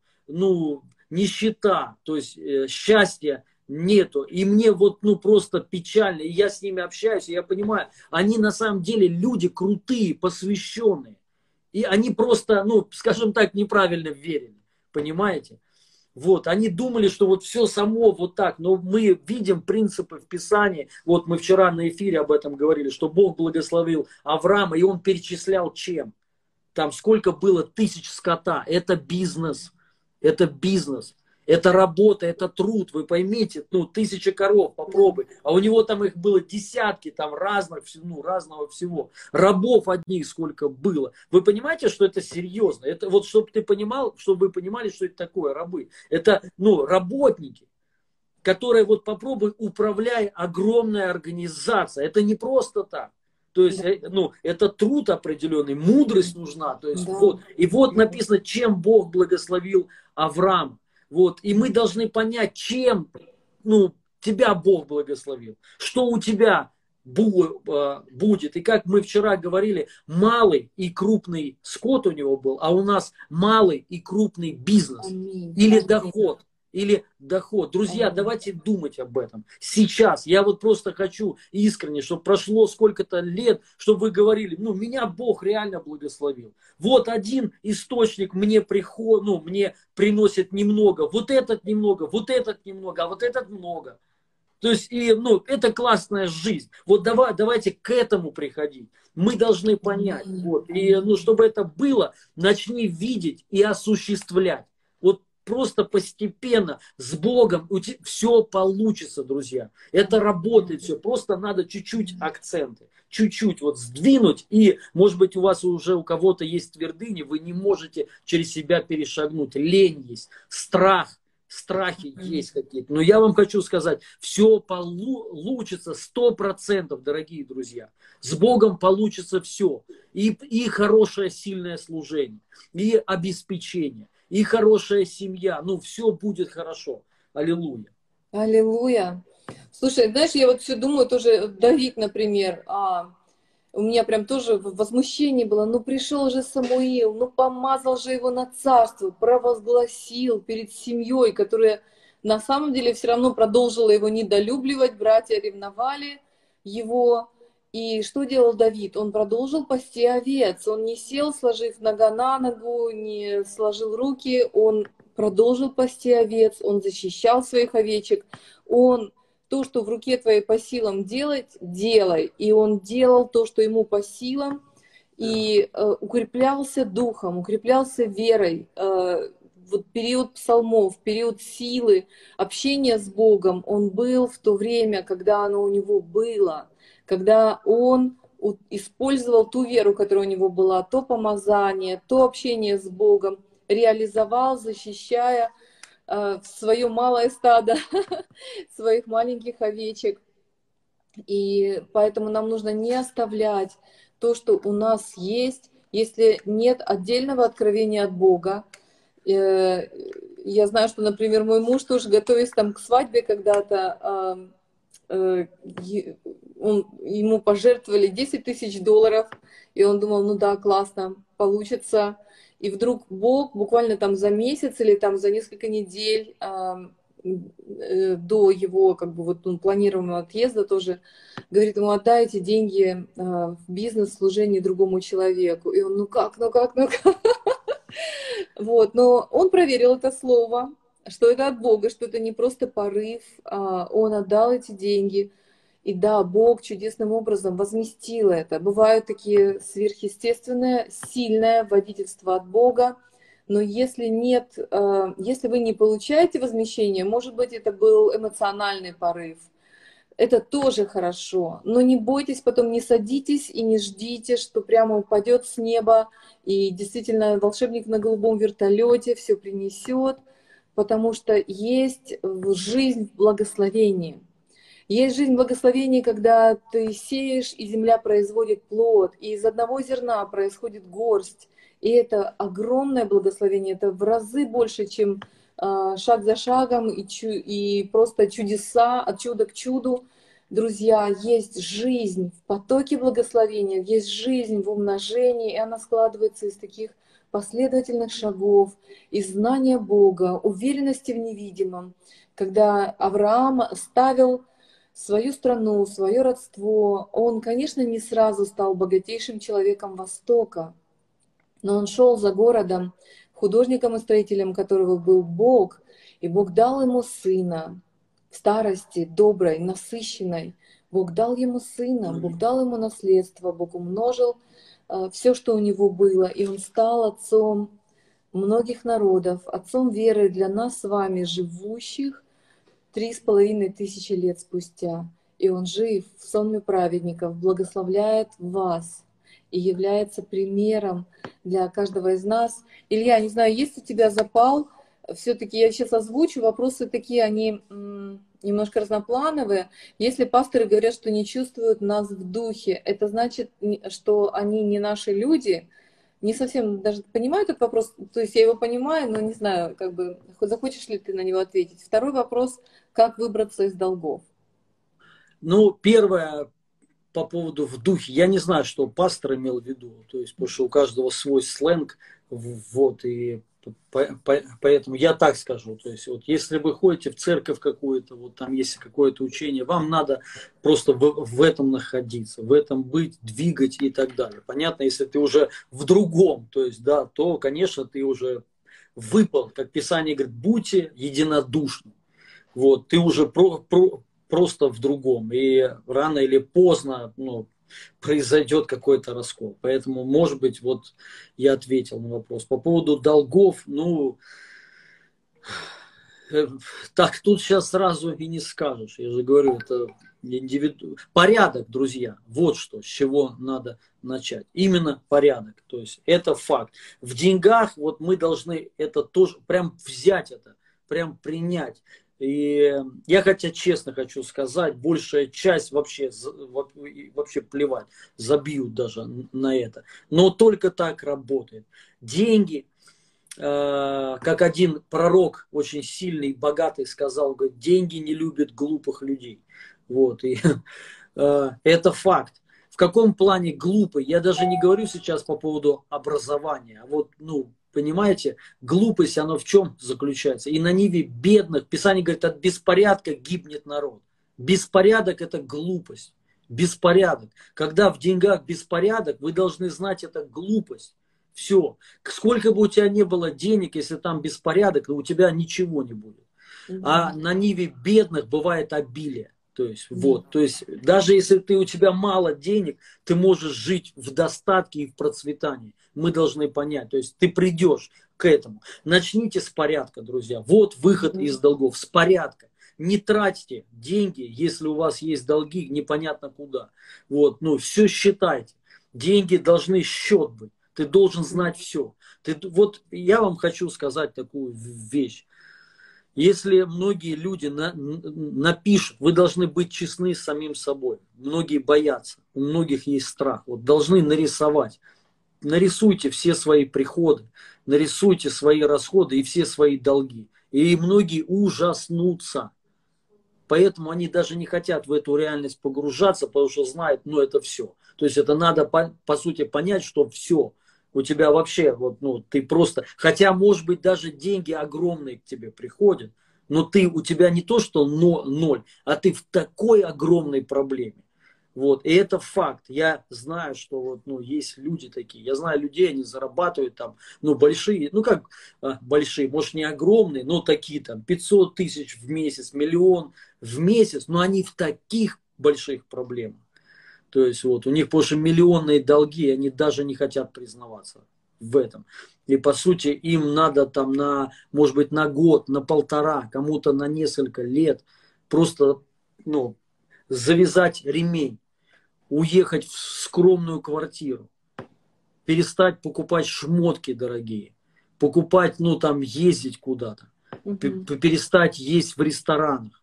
нищета, то есть счастья нету. И мне вот, просто печально. И я с ними общаюсь, и я понимаю, они на самом деле люди крутые, посвященные. И они просто, скажем так, неправильно верили. Понимаете? Вот, они думали, что вот все само вот так, но мы видим принципы в Писании. Вот мы вчера на эфире об этом говорили, что Бог благословил Авраама, и он перечислял чем? Там сколько было тысяч скота. Это бизнес. Это бизнес. Это работа, это труд. Вы поймите, 1000 коров, попробуй. А у него там их было десятки, там разных, разного всего. Рабов одних сколько было. Вы понимаете, что это серьезно? Это вот, чтобы вы понимали, что это такое, рабы. Это, работники, которые вот попробуй управляй огромная организация. Это не просто так. То есть, Да, это труд определенный, мудрость нужна. То есть, да. вот. И вот написано, чем Бог благословил Авраам. Вот. И мы должны понять, чем, тебя Бог благословил. Что у тебя будет. И как мы вчера говорили, малый и крупный скот у него был, а у нас малый и крупный бизнес. Аминь. Или Аминь. доход. Друзья, давайте думать об этом. Сейчас. Я вот просто хочу искренне, чтобы прошло сколько-то лет, чтобы вы говорили, меня Бог реально благословил. Вот один источник мне мне приносит немного, вот этот немного, а вот этот много. То есть, это классная жизнь. Вот давайте к этому приходить. Мы должны понять. Вот. И, чтобы это было, начни видеть и осуществлять. Вот просто постепенно, с Богом, все получится, друзья. Это работает все. Просто надо чуть-чуть акценты. Чуть-чуть вот сдвинуть. И, может быть, у кого-то есть твердыни, вы не можете через себя перешагнуть. Лень есть, страхи есть какие-то. Но я вам хочу сказать, все получится 100%, дорогие друзья. С Богом получится все. И хорошее, сильное служение, и обеспечение, и хорошая семья. Все будет хорошо. Аллилуйя. Аллилуйя. Слушай, знаешь, я вот все думаю, тоже Давид, например, у меня прям тоже возмущение было. Пришел же Самуил, помазал же его на царство, провозгласил перед семьей, которая на самом деле все равно продолжила его недолюбливать, братья ревновали его. И что делал Давид? Он продолжил пасти овец, он не сел, сложив нога на ногу, не сложил руки, он продолжил пасти овец, он защищал своих овечек, он то, что в руке твоей по силам делать, делай. И он делал то, что ему по силам, и укреплялся духом, укреплялся верой. Вот период псалмов, период силы, общения с Богом, он был в то время, когда оно у него было, когда он использовал ту веру, которая у него была, то помазание, то общение с Богом, реализовал, защищая свое малое стадо, своих маленьких овечек. И поэтому нам нужно не оставлять то, что у нас есть, если нет отдельного откровения от Бога. Я знаю, что, например, мой муж тоже, готовясь там к свадьбе когда-то, ему пожертвовали $10 000, и он думал, ну да, классно, получится. И вдруг Бог буквально там за месяц или там за несколько недель до его как бы вот планируемого отъезда тоже говорит ему: отдай эти деньги в бизнес, служение другому человеку. И он: ну как. Вот, но он проверил это слово, что это от Бога, что это не просто порыв, он отдал эти деньги. И да, Бог чудесным образом возместил это. Бывают такие сверхъестественные, сильное водительство от Бога, но если нет, если вы не получаете возмещение, может быть, это был эмоциональный порыв. Это тоже хорошо, но не бойтесь, потом не садитесь и не ждите, что прямо упадет с неба, и действительно волшебник на голубом вертолете все принесет, потому что есть жизнь в благословении. Есть жизнь в благословении, когда ты сеешь, и земля производит плод, и из одного зерна происходит горсть. И это огромное благословение, это в разы больше, чем шаг за шагом, и просто чудеса, от чуда к чуду. Друзья, есть жизнь в потоке благословения, есть жизнь в умножении, и она складывается из таких последовательных шагов, из знания Бога, уверенности в невидимом. Когда Авраам ставил свою страну, свое родство, он, конечно, не сразу стал богатейшим человеком Востока, но он шел за городом, художником и строителем которого был Бог, и Бог дал ему сына в старости, доброй, насыщенной. Бог дал ему сына, Бог дал ему наследство, Бог умножил все, что у него было, и он стал отцом многих народов, отцом веры для нас с вами, живущих 3500 лет спустя. И он жив в сонме праведников, благословляет вас и является примером для каждого из нас. Илья, не знаю, есть у тебя запал? Все-таки я сейчас озвучу, вопросы такие, они немножко разноплановые. Если пасторы говорят, что не чувствуют нас в духе, это значит, что они не наши люди? Не совсем даже понимаю этот вопрос, то есть я его понимаю, но не знаю, как бы, захочешь ли ты на него ответить. Второй вопрос: как выбраться из долгов? Ну, первое, по поводу в духе. Я не знаю, что пастор имел в виду, то есть, потому что у каждого свой сленг, вот, и поэтому я так скажу, то есть, вот, если вы ходите в церковь какую-то, вот там есть какое-то учение, вам надо просто в этом находиться, в этом быть, двигать и так далее. Понятно, если ты уже в другом, то есть, да, то, конечно, ты уже выпал, как Писание говорит, будьте единодушны. Вот, ты уже просто в другом. И рано или поздно произойдет какой-то раскол. Поэтому, может быть, вот я ответил на вопрос. По поводу долгов, так тут сейчас сразу и не скажешь. Я же говорю, это порядок, друзья. Вот что, с чего надо начать. Именно порядок. То есть это факт. В деньгах вот мы должны это тоже прям взять это, прям принять. И я хотя честно хочу сказать, большая часть вообще плевать, забьют даже на это. Но только так работает. Деньги, как один пророк очень сильный, богатый сказал, говорит, деньги не любят глупых людей. Вот, и это факт. В каком плане глупый? Я даже не говорю сейчас по поводу образования. А вот, понимаете, глупость, она в чем заключается? И на ниве бедных, Писание говорит, от беспорядка гибнет народ. Беспорядок – это глупость. Беспорядок. Когда в деньгах беспорядок, вы должны знать, это глупость. Все. Сколько бы у тебя не было денег, если там беспорядок, то у тебя ничего не будет. А на ниве бедных бывает обилие. То есть, вот, то есть, даже если у тебя мало денег, ты можешь жить в достатке и в процветании. Мы должны понять. То есть, ты придешь к этому. Начните с порядка, друзья. Вот выход из долгов. С порядка. Не тратьте деньги, если у вас есть долги, непонятно куда. Вот, ну, все считайте. Деньги должны счет быть. Ты должен знать все. Вот я вам хочу сказать такую вещь. Если многие люди напишут, вы должны быть честны с самим собой. Многие боятся, у многих есть страх. Вот должны нарисовать. Нарисуйте все свои приходы, нарисуйте свои расходы и все свои долги. И многие ужаснутся. Поэтому они даже не хотят в эту реальность погружаться, потому что знают, ну это все. То есть это надо, по сути, понять, что все. У тебя вообще, вот, ну, ты просто, хотя, может быть, даже деньги огромные к тебе приходят, но у тебя не то, что ноль, а ты в такой огромной проблеме. Вот, и это факт. Я знаю, что вот, ну, есть люди такие. Я знаю людей, они зарабатывают там, ну, большие, ну, как большие, может, не огромные, но такие там 500 тысяч в месяц, миллион в месяц, но они в таких больших проблемах. То есть вот у них больше миллионные долги, они даже не хотят признаваться в этом. И по сути им надо там может быть, на год, на полтора, кому-то на несколько лет просто, ну, завязать ремень, уехать в скромную квартиру, перестать покупать шмотки дорогие, покупать, ну там, ездить куда-то, перестать есть в ресторанах.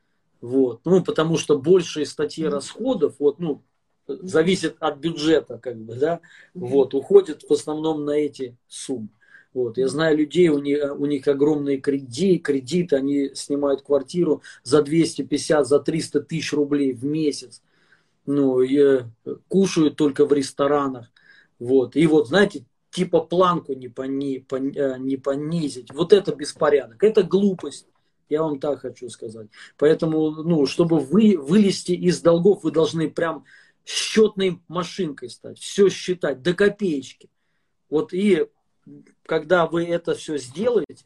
Вот. Ну, потому что большие статьи расходов, вот, ну, зависит от бюджета, как бы, да, вот, уходит в основном на эти суммы. Вот. Я знаю людей, у них огромные кредиты, они снимают квартиру за 250, за 300 тысяч рублей в месяц. Ну, и кушают только в ресторанах. Вот. И вот, знаете, типа планку не понизить. Вот это беспорядок, это глупость. Я вам так хочу сказать. Поэтому, ну, чтобы вылезти из долгов, вы должны прям счетной машинкой стать. Все считать до копеечки. Вот и когда вы это все сделаете,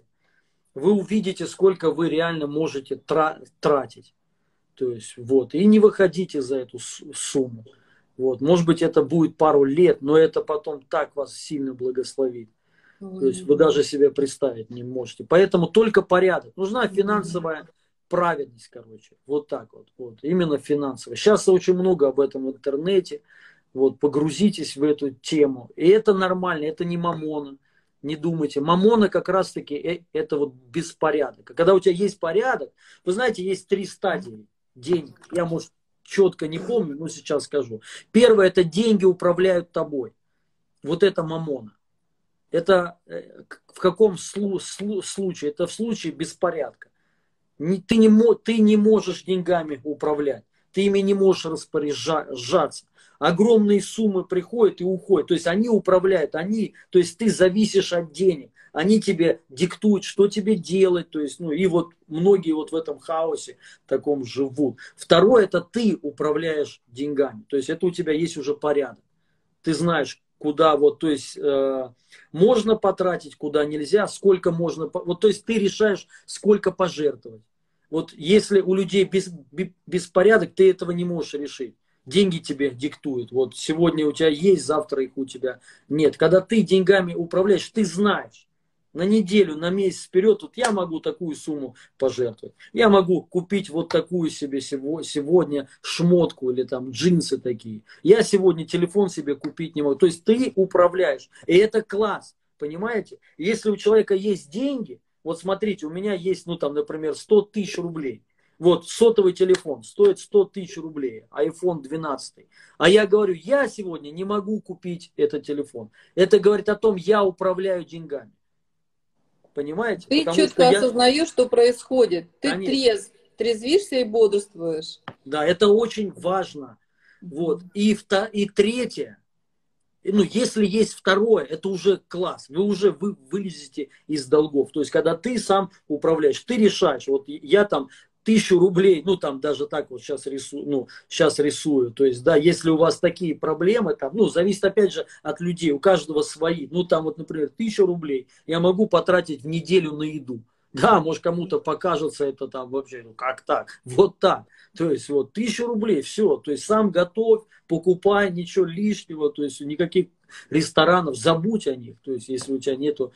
вы увидите, сколько вы реально можете тратить. То есть, вот. И не выходите за эту сумму. Вот. Может быть, это будет пару лет, но это потом так вас сильно благословит. То есть вы даже себе представить не можете. Поэтому только порядок. Нужна финансовая праведность, короче. Вот так вот. Вот. Именно финансовая. Сейчас очень много об этом в интернете. Вот. Погрузитесь в эту тему. И это нормально, это не мамона. Не думайте. Мамона как раз-таки это вот беспорядок. А когда у тебя есть порядок, вы знаете, есть 3 стадии денег. Я, может, четко не помню, но сейчас скажу. Первое, это деньги управляют тобой. Вот это мамона. Это в каком случае? Это в случае беспорядка. Ты не можешь деньгами управлять. Ты ими не можешь распоряжаться. Огромные суммы приходят и уходят. То есть они управляют. То есть ты зависишь от денег. Они тебе диктуют, что тебе делать. То есть, ну, и вот многие вот в этом хаосе таком живут. Второе, это ты управляешь деньгами. То есть это у тебя есть уже порядок. Ты знаешь, куда вот, то есть можно потратить, куда нельзя, сколько можно, вот, то есть ты решаешь, сколько пожертвовать. Вот если у людей беспорядок, ты этого не можешь решить. Деньги тебе диктуют. Вот сегодня у тебя есть, завтра их у тебя нет. Когда ты деньгами управляешь, ты знаешь. На неделю, на месяц вперед, вот я могу такую сумму пожертвовать. Я могу купить вот такую себе сегодня шмотку или там джинсы такие. Я сегодня телефон себе купить не могу. То есть ты управляешь. И это класс. Понимаете? Если у человека есть деньги, вот смотрите, у меня есть, ну там, например, 100 тысяч рублей. Вот сотовый телефон стоит 100 тысяч рублей, iPhone 12. А я говорю, я сегодня не могу купить этот телефон. Это говорит о том, я управляю деньгами. Понимаете? Ты четко осознаешь, что происходит. Ты трезвишься и бодрствуешь. Да, это очень важно. Вот. И третье, ну, если есть второе, это уже класс. Вы уже вылезете из долгов. То есть, когда ты сам управляешь, ты решаешь. Вот я там 1000 рублей, ну там даже так вот сейчас рисую, ну, сейчас рисую, то есть, да, если у вас такие проблемы, там, ну, зависит опять же от людей, у каждого свои, ну, там вот, например, 1000 рублей я могу потратить в неделю на еду. Да, может кому-то покажется это там вообще, ну как так, вот так. То есть вот 1000 рублей, все, то есть сам готовь, покупай, ничего лишнего, то есть никаких ресторанов, забудь о них, то есть если у тебя нету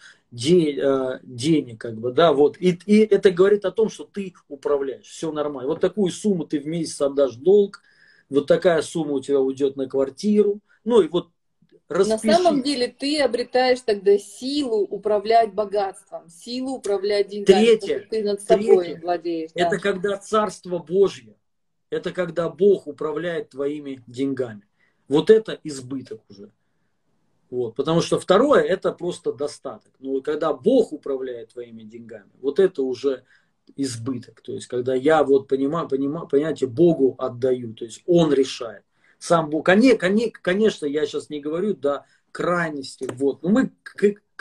денег, как бы, да, вот, и это говорит о том, что ты управляешь, все нормально. Вот такую сумму ты в месяц отдашь долг, вот такая сумма у тебя уйдет на квартиру, ну и вот На самом распиши. деле ты обретаешь тогда силу управлять богатством, силу управлять деньгами, потому что Третье, ты над собой третье, владеешь, это да. когда Царство Божье, это когда Бог управляет твоими деньгами. Вот это избыток уже. Вот. Потому что второе, это просто достаток. Но когда Бог управляет твоими деньгами, вот это уже избыток. То есть, когда я вот понимаете, Богу отдаю, то есть Он решает. Сам Бог. Конечно, я сейчас не говорю до крайности. Вот. Но мы к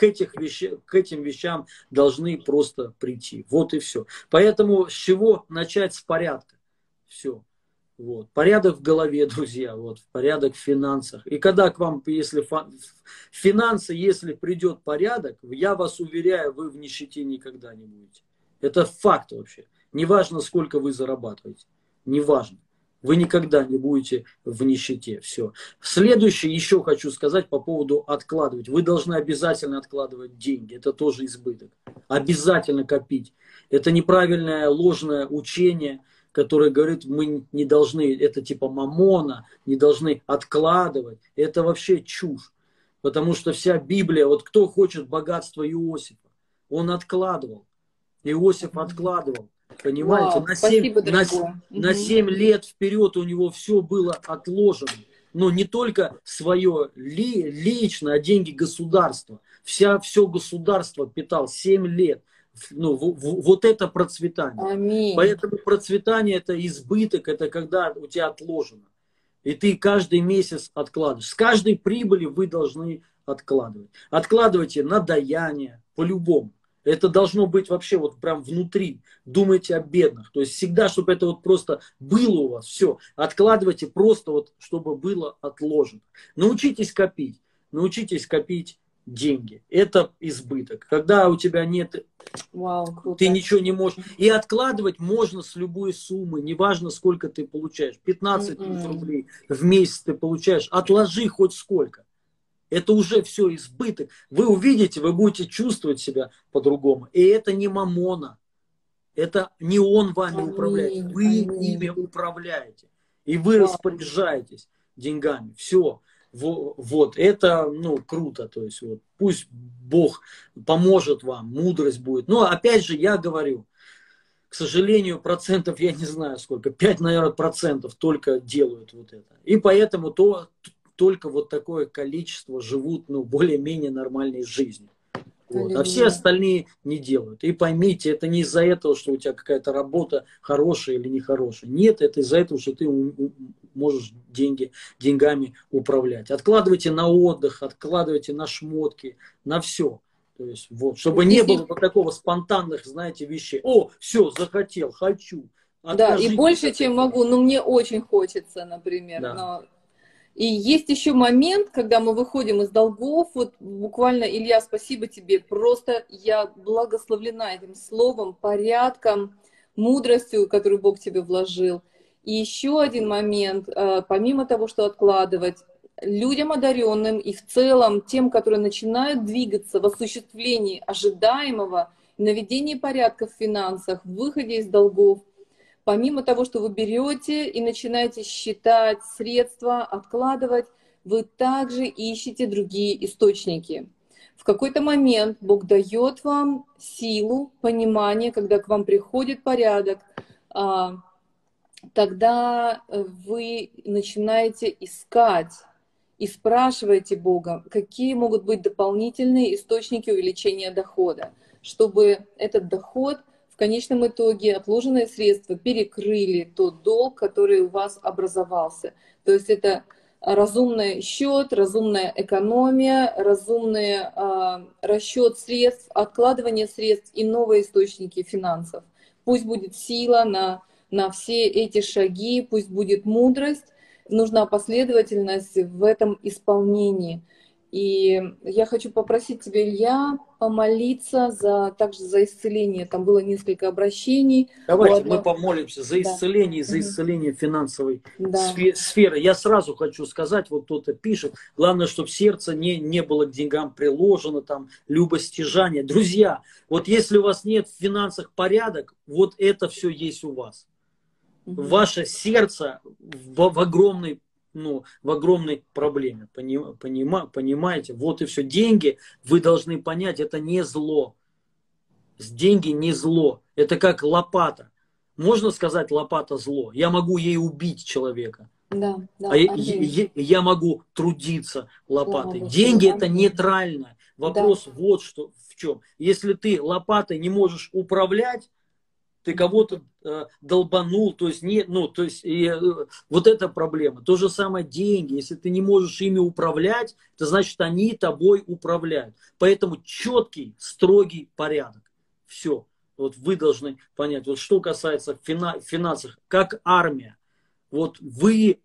этим вещам должны просто прийти. Вот и все. Поэтому с чего начать? С порядка. Все. Вот. Порядок в голове, друзья, вот, порядок в финансах. И когда к вам, если финансы, если придет порядок, я вас уверяю, вы в нищете никогда не будете. Это факт вообще. Неважно, сколько вы зарабатываете. Неважно. Вы никогда не будете в нищете. Все. Следующее еще хочу сказать по поводу откладывать. Вы должны обязательно откладывать деньги. Это тоже избыток. Обязательно копить. Это неправильное ложное учение, который говорит, мы не должны, это типа мамона, не должны откладывать. Это вообще чушь. Потому что вся Библия, вот кто хочет богатства Иосифа, он откладывал. Иосиф откладывал. Понимаете, Вау, спасибо, дорогой. на 7 лет вперед у него все было отложено. Но не только свое лично, а деньги государства. Все государство питал 7 лет. Ну, вот это процветание. Аминь. Поэтому процветание это избыток, это когда у тебя отложено. И ты каждый месяц откладываешь. С каждой прибыли вы должны откладывать. Откладывайте на даяние, по-любому. Это должно быть вообще вот прям внутри. Думайте о бедных. То есть всегда, чтобы это вот просто было у вас. Все. Откладывайте просто вот, чтобы было отложено. Научитесь копить. Научитесь копить деньги. Это избыток. Когда у тебя нет, Вау, ты круто. ничего не можешь. И откладывать можно с любой суммы. Неважно, сколько ты получаешь. 15 тысяч М-м. рублей в месяц ты получаешь. Отложи хоть сколько. Это уже все избыток. Вы увидите, вы будете чувствовать себя по-другому. И это не мамона. Это не он вами управляет. Аминь, Вы ими аминь. управляете. И вы Вау. распоряжаетесь деньгами. Все. Вот. Это, ну, круто. То есть, вот, пусть Бог поможет вам, мудрость будет. Но, опять же, я говорю, к сожалению, процентов, я не знаю сколько, 5, наверное, процентов только делают вот это. И поэтому только вот такое количество живут, ну, более-менее нормальной жизнью. Вот. А все Аллилуйя. остальные не делают. И поймите, это не из-за этого, что у тебя какая-то работа хорошая или нехорошая. Нет, это из-за этого, что ты можешь деньгами управлять. Откладывайте на отдых, откладывайте на шмотки, на все. То есть, вот, чтобы не Здесь было вот такого спонтанных, знаете, вещей. О, все, захотел, хочу. да, и Откажитесь больше, от чем этого. могу, но мне очень хочется, например. Да. Но... И есть еще момент, когда мы выходим из долгов, вот буквально, Илья, спасибо тебе, просто я благословлена этим словом, порядком, мудростью, которую Бог тебе вложил. И еще один момент, помимо того, что откладывать, людям одаренным и в целом тем, которые начинают двигаться в осуществлении ожидаемого, наведении порядка в финансах, в выходе из долгов, помимо того, что вы берете и начинаете считать средства, откладывать, вы также ищете другие источники. В какой-то момент Бог дает вам силу, понимание, когда к вам приходит порядок, тогда вы начинаете искать и спрашиваете Бога, какие могут быть дополнительные источники увеличения дохода, чтобы этот доход в конечном итоге отложенные средства перекрыли тот долг, который у вас образовался. То есть это разумный счет, разумная экономия, разумный расчет средств, откладывание средств и новые источники финансов. пусть будет сила на все эти шаги, пусть будет мудрость, нужна последовательность в этом исполнении. И я хочу попросить тебя, Илья, помолиться также за исцеление. Там было несколько обращений. Давайте мы помолимся за Да. исцеление финансовой Да. сферы. Я сразу хочу сказать, вот кто-то пишет, главное, чтобы сердце не было к деньгам приложено, там, любостяжание. Друзья, вот если у вас нет в финансах порядок, вот это все есть у вас. Ваше сердце в огромной проблеме. Понимаете? Вот и все. Деньги, вы должны понять, это не зло. Деньги не зло. Это как лопата. Можно сказать, лопата зло? Я могу ей убить человека. Да, я могу трудиться лопатой. Деньги это нейтрально. Вопрос вот что в чем. Если ты лопатой не можешь управлять, ты кого-то долбанул, то есть вот эта проблема. То же самое деньги. Если ты не можешь ими управлять, это значит, они тобой управляют. Поэтому четкий, строгий порядок. Все. Вот вы должны понять. Вот что касается финансов, как армия. Вот вы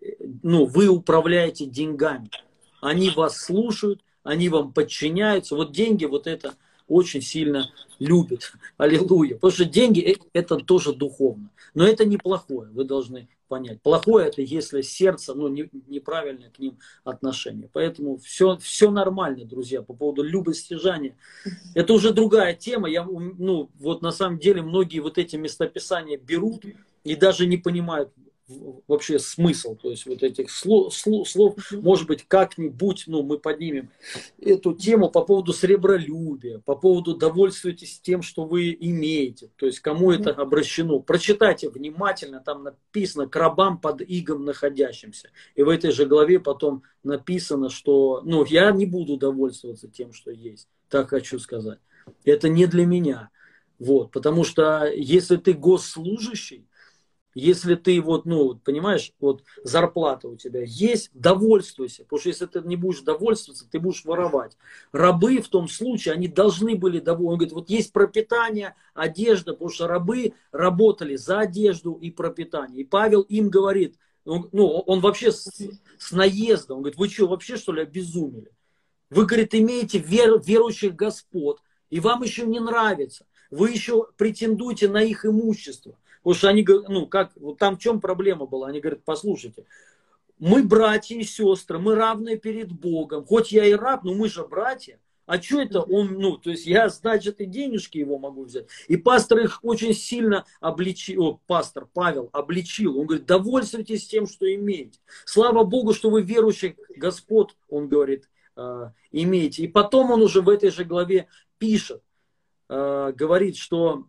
управляете деньгами. Они вас слушают, они вам подчиняются. Вот деньги, вот это очень сильно любят. Аллилуйя. Потому что деньги это тоже духовно. Но это не плохое, вы должны понять. Плохое это если сердце, неправильное к ним отношение. Поэтому все нормально, друзья, по поводу любостяжания. Это уже другая тема. Вот на самом деле многие вот эти местописания берут и даже не понимают вообще смысл, то есть вот этих слов, может быть, как-нибудь, мы поднимем эту тему по поводу сребролюбия, по поводу довольствуйтесь тем, что вы имеете, то есть кому это обращено. Прочитайте внимательно, там написано к рабам под игом находящимся. И в этой же главе потом написано, что, я не буду довольствоваться тем, что есть, так хочу сказать. Это не для меня. Вот, потому что если ты госслужащий, если ты понимаешь, зарплата у тебя есть, довольствуйся. Потому что если ты не будешь довольствоваться, ты будешь воровать. Рабы в том случае, они должны были довольны. Он говорит, вот есть пропитание, одежда, потому что рабы работали за одежду и пропитание. И Павел им говорит, он вообще с наездом, он говорит, вы что, вообще что ли обезумели? Вы, говорит, имеете верующих господ, и вам еще не нравится. Вы еще претендуете на их имущество. Потому что они говорят, там в чем проблема была? Они говорят, послушайте, мы братья и сестры, мы равные перед Богом. Хоть я и раб, но мы же братья. А что это он, то есть я, значит, и денежки его могу взять. И пастор их очень сильно пастор Павел обличил. Он говорит, довольствуйтесь тем, что имеете. Слава Богу, что вы верующих господ, он говорит, имеете. И потом он уже в этой же главе пишет, говорит, что,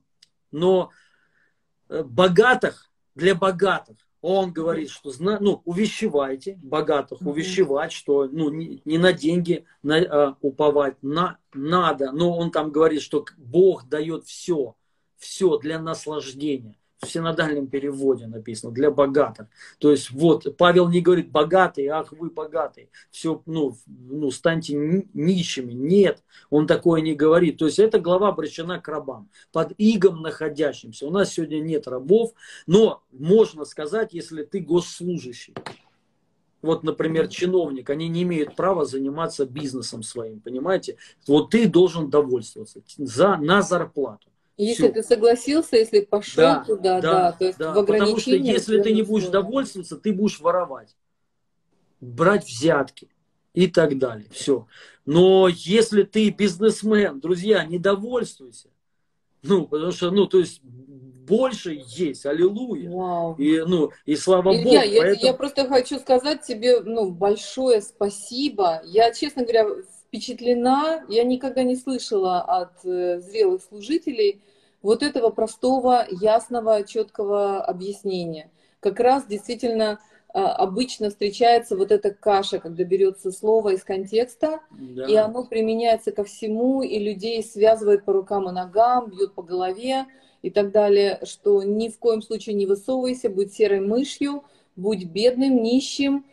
богатых для богатых. Он говорит, что увещевайте богатых, увещевать, что не на деньги уповать надо. Но он там говорит, что Бог дает все для наслаждения. В синодальном переводе написано, для богатых. То есть Павел не говорит богатые, ах вы богатые, все, станьте нищими. Нет, он такое не говорит. То есть эта глава обращена к рабам, под игом находящимся. У нас сегодня нет рабов, но можно сказать, если ты госслужащий. Вот, например, чиновник, они не имеют права заниматься бизнесом своим, понимаете? Вот ты должен довольствоваться на зарплату. Если ты согласился, если пошел туда, то есть в ограничениях. Потому что если ты не будешь довольствоваться, ты будешь воровать, брать взятки и так далее. Все. Но если ты бизнесмен, друзья, не довольствуйся. Потому что, то есть больше есть, аллилуйя. Вау. И слава Богу. Я просто хочу сказать тебе, большое спасибо. Я, честно говоря, впечатлена, я никогда не слышала от зрелых служителей вот этого простого, ясного, четкого объяснения. Как раз действительно обычно встречается вот эта каша, когда берется слово из контекста, и оно применяется ко всему, и людей связывает по рукам и ногам, бьет по голове и так далее, что ни в коем случае не высовывайся, будь серой мышью, будь бедным, нищим,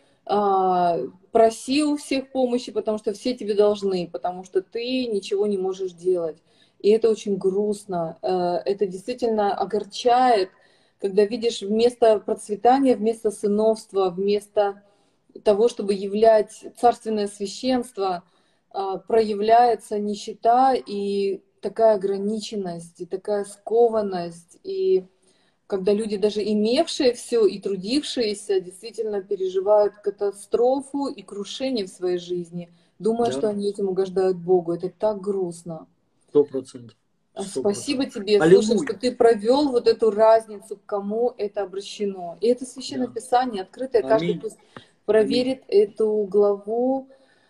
проси у всех помощи, потому что все тебе должны, потому что ты ничего не можешь делать. И это очень грустно. Это действительно огорчает, когда видишь вместо процветания, вместо сыновства, вместо того, чтобы являть царственное священство, проявляется нищета и такая ограниченность, и такая скованность, и когда люди, даже имевшие все и трудившиеся, действительно переживают катастрофу и крушение в своей жизни, думая, Да, что они этим угождают Богу. Это так грустно. 100%. Спасибо 100%. тебе, слушай, что Аллилуйя. ты провел вот эту разницу, к кому это обращено. И это Священное Да. Писание, открытое, каждый Аминь. пусть Аминь. проверит эту главу.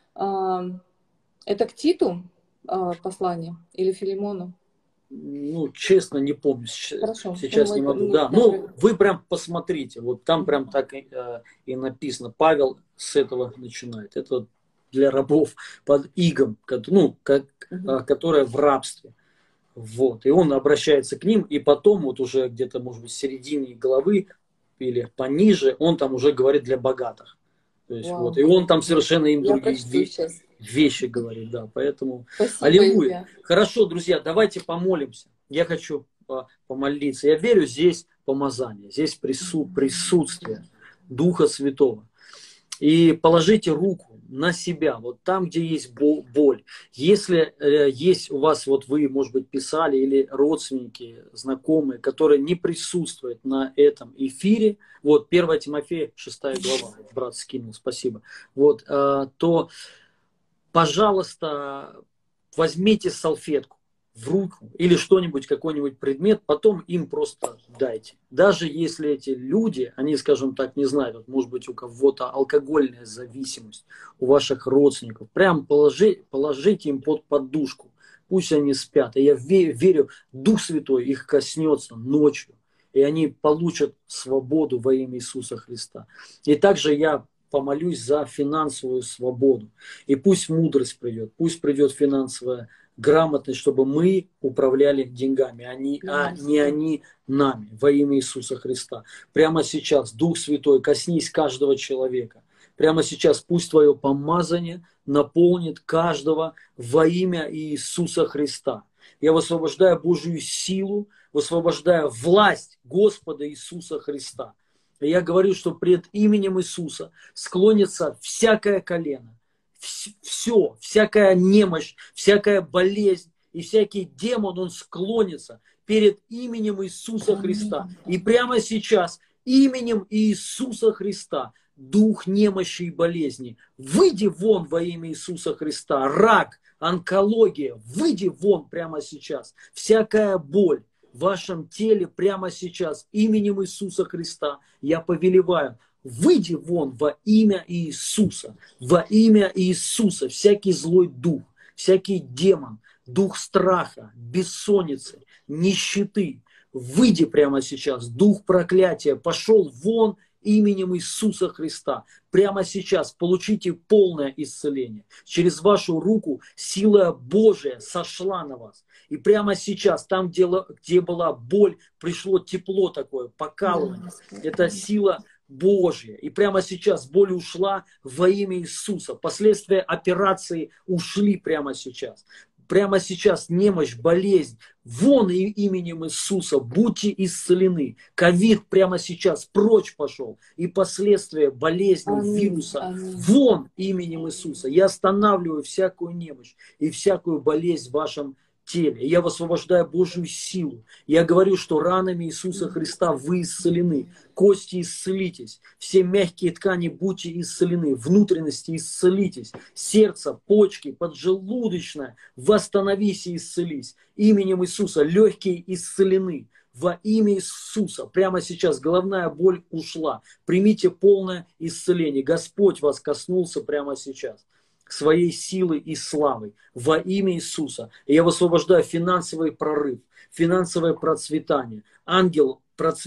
Это к Титу послание или Филимону? Ну, честно, не помню. Хорошо. Сейчас не могу. Да, ну, вы прям посмотрите. Вот там прям так и написано. Павел с этого начинает. Это для рабов под игом, ну, которые в рабстве. Вот. И он обращается к ним, и потом, вот уже где-то, может быть, в середине главы или пониже, он там уже говорит для богатых. То есть, вот. И он там совершенно им Я другие прочту сейчас. вещи говорит, да. Поэтому, Спасибо, аллилуйя. Илья. Хорошо, друзья, давайте помолимся. Я хочу помолиться. Я верю, здесь помазание, здесь присутствие Духа Святого. И положите руку на себя, вот там, где есть боль. Если есть у вас, вот вы, может быть, писали, или родственники, знакомые, которые не присутствуют на этом эфире, вот 1 Тимофея 6 глава, брат скинул, спасибо, вот, то, пожалуйста, возьмите салфетку в руку или что-нибудь, какой-нибудь предмет, потом им просто дайте. Даже если эти люди, они, скажем так, не знают, вот, может быть, у кого-то алкогольная зависимость, у ваших родственников, прям положите им под подушку, пусть они спят. И я верю, Дух Святой их коснется ночью, и они получат свободу во имя Иисуса Христа. И также я помолюсь за финансовую свободу. И пусть мудрость придет, пусть придет финансовая грамотность, чтобы мы управляли деньгами, а не они нами, во имя Иисуса Христа. Прямо сейчас, Дух Святой, коснись каждого человека. Прямо сейчас пусть Твое помазание наполнит каждого во имя Иисуса Христа. Я высвобождаю Божью силу, высвобождаю власть Господа Иисуса Христа. И я говорю, что пред именем Иисуса склонится всякое колено, все, всякая немощь, всякая болезнь и всякий демон, он склонится перед именем Иисуса Христа. И прямо сейчас именем Иисуса Христа дух немощи и болезни, выйди вон во имя Иисуса Христа. Рак, онкология, выйди вон прямо сейчас. Всякая боль в вашем теле прямо сейчас именем Иисуса Христа я повелеваю. Выйди вон во имя Иисуса, во имя Иисуса, всякий злой дух, всякий демон, дух страха, бессонницы, нищеты, выйди прямо сейчас, дух проклятия, пошел вон именем Иисуса Христа. Прямо сейчас получите полное исцеление. Через вашу руку сила Божия сошла на вас. И прямо сейчас, там, где была боль, пришло тепло такое, покалывание. Это сила Божья. И прямо сейчас боль ушла во имя Иисуса. Последствия операции ушли прямо сейчас. Прямо сейчас немощь, болезнь, вон именем Иисуса, будьте исцелены. Ковид прямо сейчас прочь пошел. И последствия болезни, вируса, вон именем Иисуса. Я останавливаю всякую немощь и всякую болезнь в вашем теле. Я высвобождаю Божью силу. Я говорю, что ранами Иисуса Христа вы исцелены. Кости исцелитесь. Все мягкие ткани будьте исцелены. Внутренности исцелитесь. Сердце, почки, поджелудочная. Восстановись и исцелись. Именем Иисуса легкие исцелены. Во имя Иисуса. Прямо сейчас головная боль ушла. Примите полное исцеление. Господь вас коснулся прямо сейчас своей силой и славой во имя Иисуса. И я высвобождаю финансовый прорыв, финансовое процветание. Ангел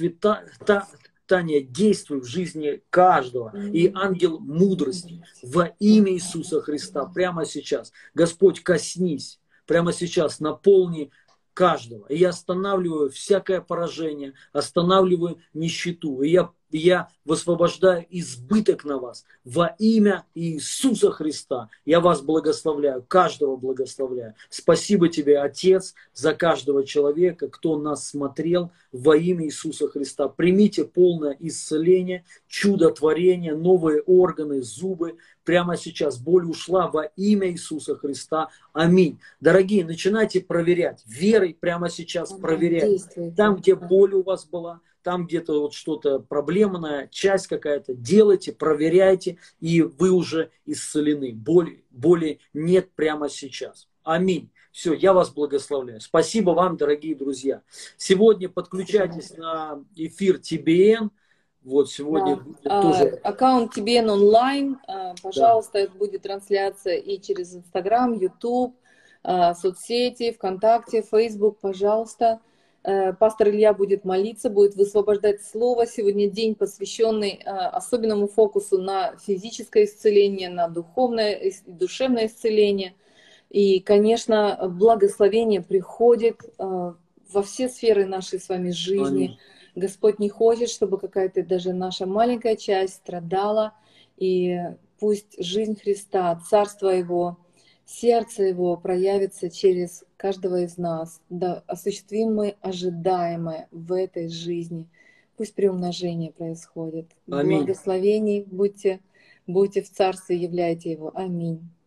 процветания действует в жизни каждого. И ангел мудрости во имя Иисуса Христа прямо сейчас. Господь, коснись. Прямо сейчас наполни каждого. И я останавливаю всякое поражение, останавливаю нищету. И я И я высвобождаю избыток на вас во имя Иисуса Христа. Я вас благословляю, каждого благословляю. Спасибо тебе, Отец, за каждого человека, кто нас смотрел во имя Иисуса Христа. Примите полное исцеление, чудотворение, новые органы, зубы. Прямо сейчас боль ушла во имя Иисуса Христа. Аминь. Дорогие, начинайте проверять. Верой прямо сейчас проверяйте. Там, где боль у вас была, там где-то вот что-то проблемная, часть какая-то, делайте, проверяйте, и вы уже исцелены. Боли нет прямо сейчас. Аминь. Все, я вас благословляю. Спасибо вам, дорогие друзья. Сегодня подключайтесь на эфир TBN. Вот сегодня будет тоже... Аккаунт TBN онлайн. Пожалуйста, это будет трансляция и через Инстаграм, Ютуб, соцсети, ВКонтакте, Фейсбук, пожалуйста. Пастор Илья будет молиться, будет высвобождать слово. Сегодня день, посвященный особенному фокусу на физическое исцеление, на духовное и душевное исцеление. И, конечно, благословение приходит во все сферы нашей с вами жизни. Аминь. Господь не хочет, чтобы какая-то даже наша маленькая часть страдала. И пусть жизнь Христа, Царство Его, сердце Его проявится через каждого из нас. Да осуществим мы ожидаемое в этой жизни. Пусть приумножение происходит. Аминь. Благословений будьте в Царстве, являйте Его. Аминь.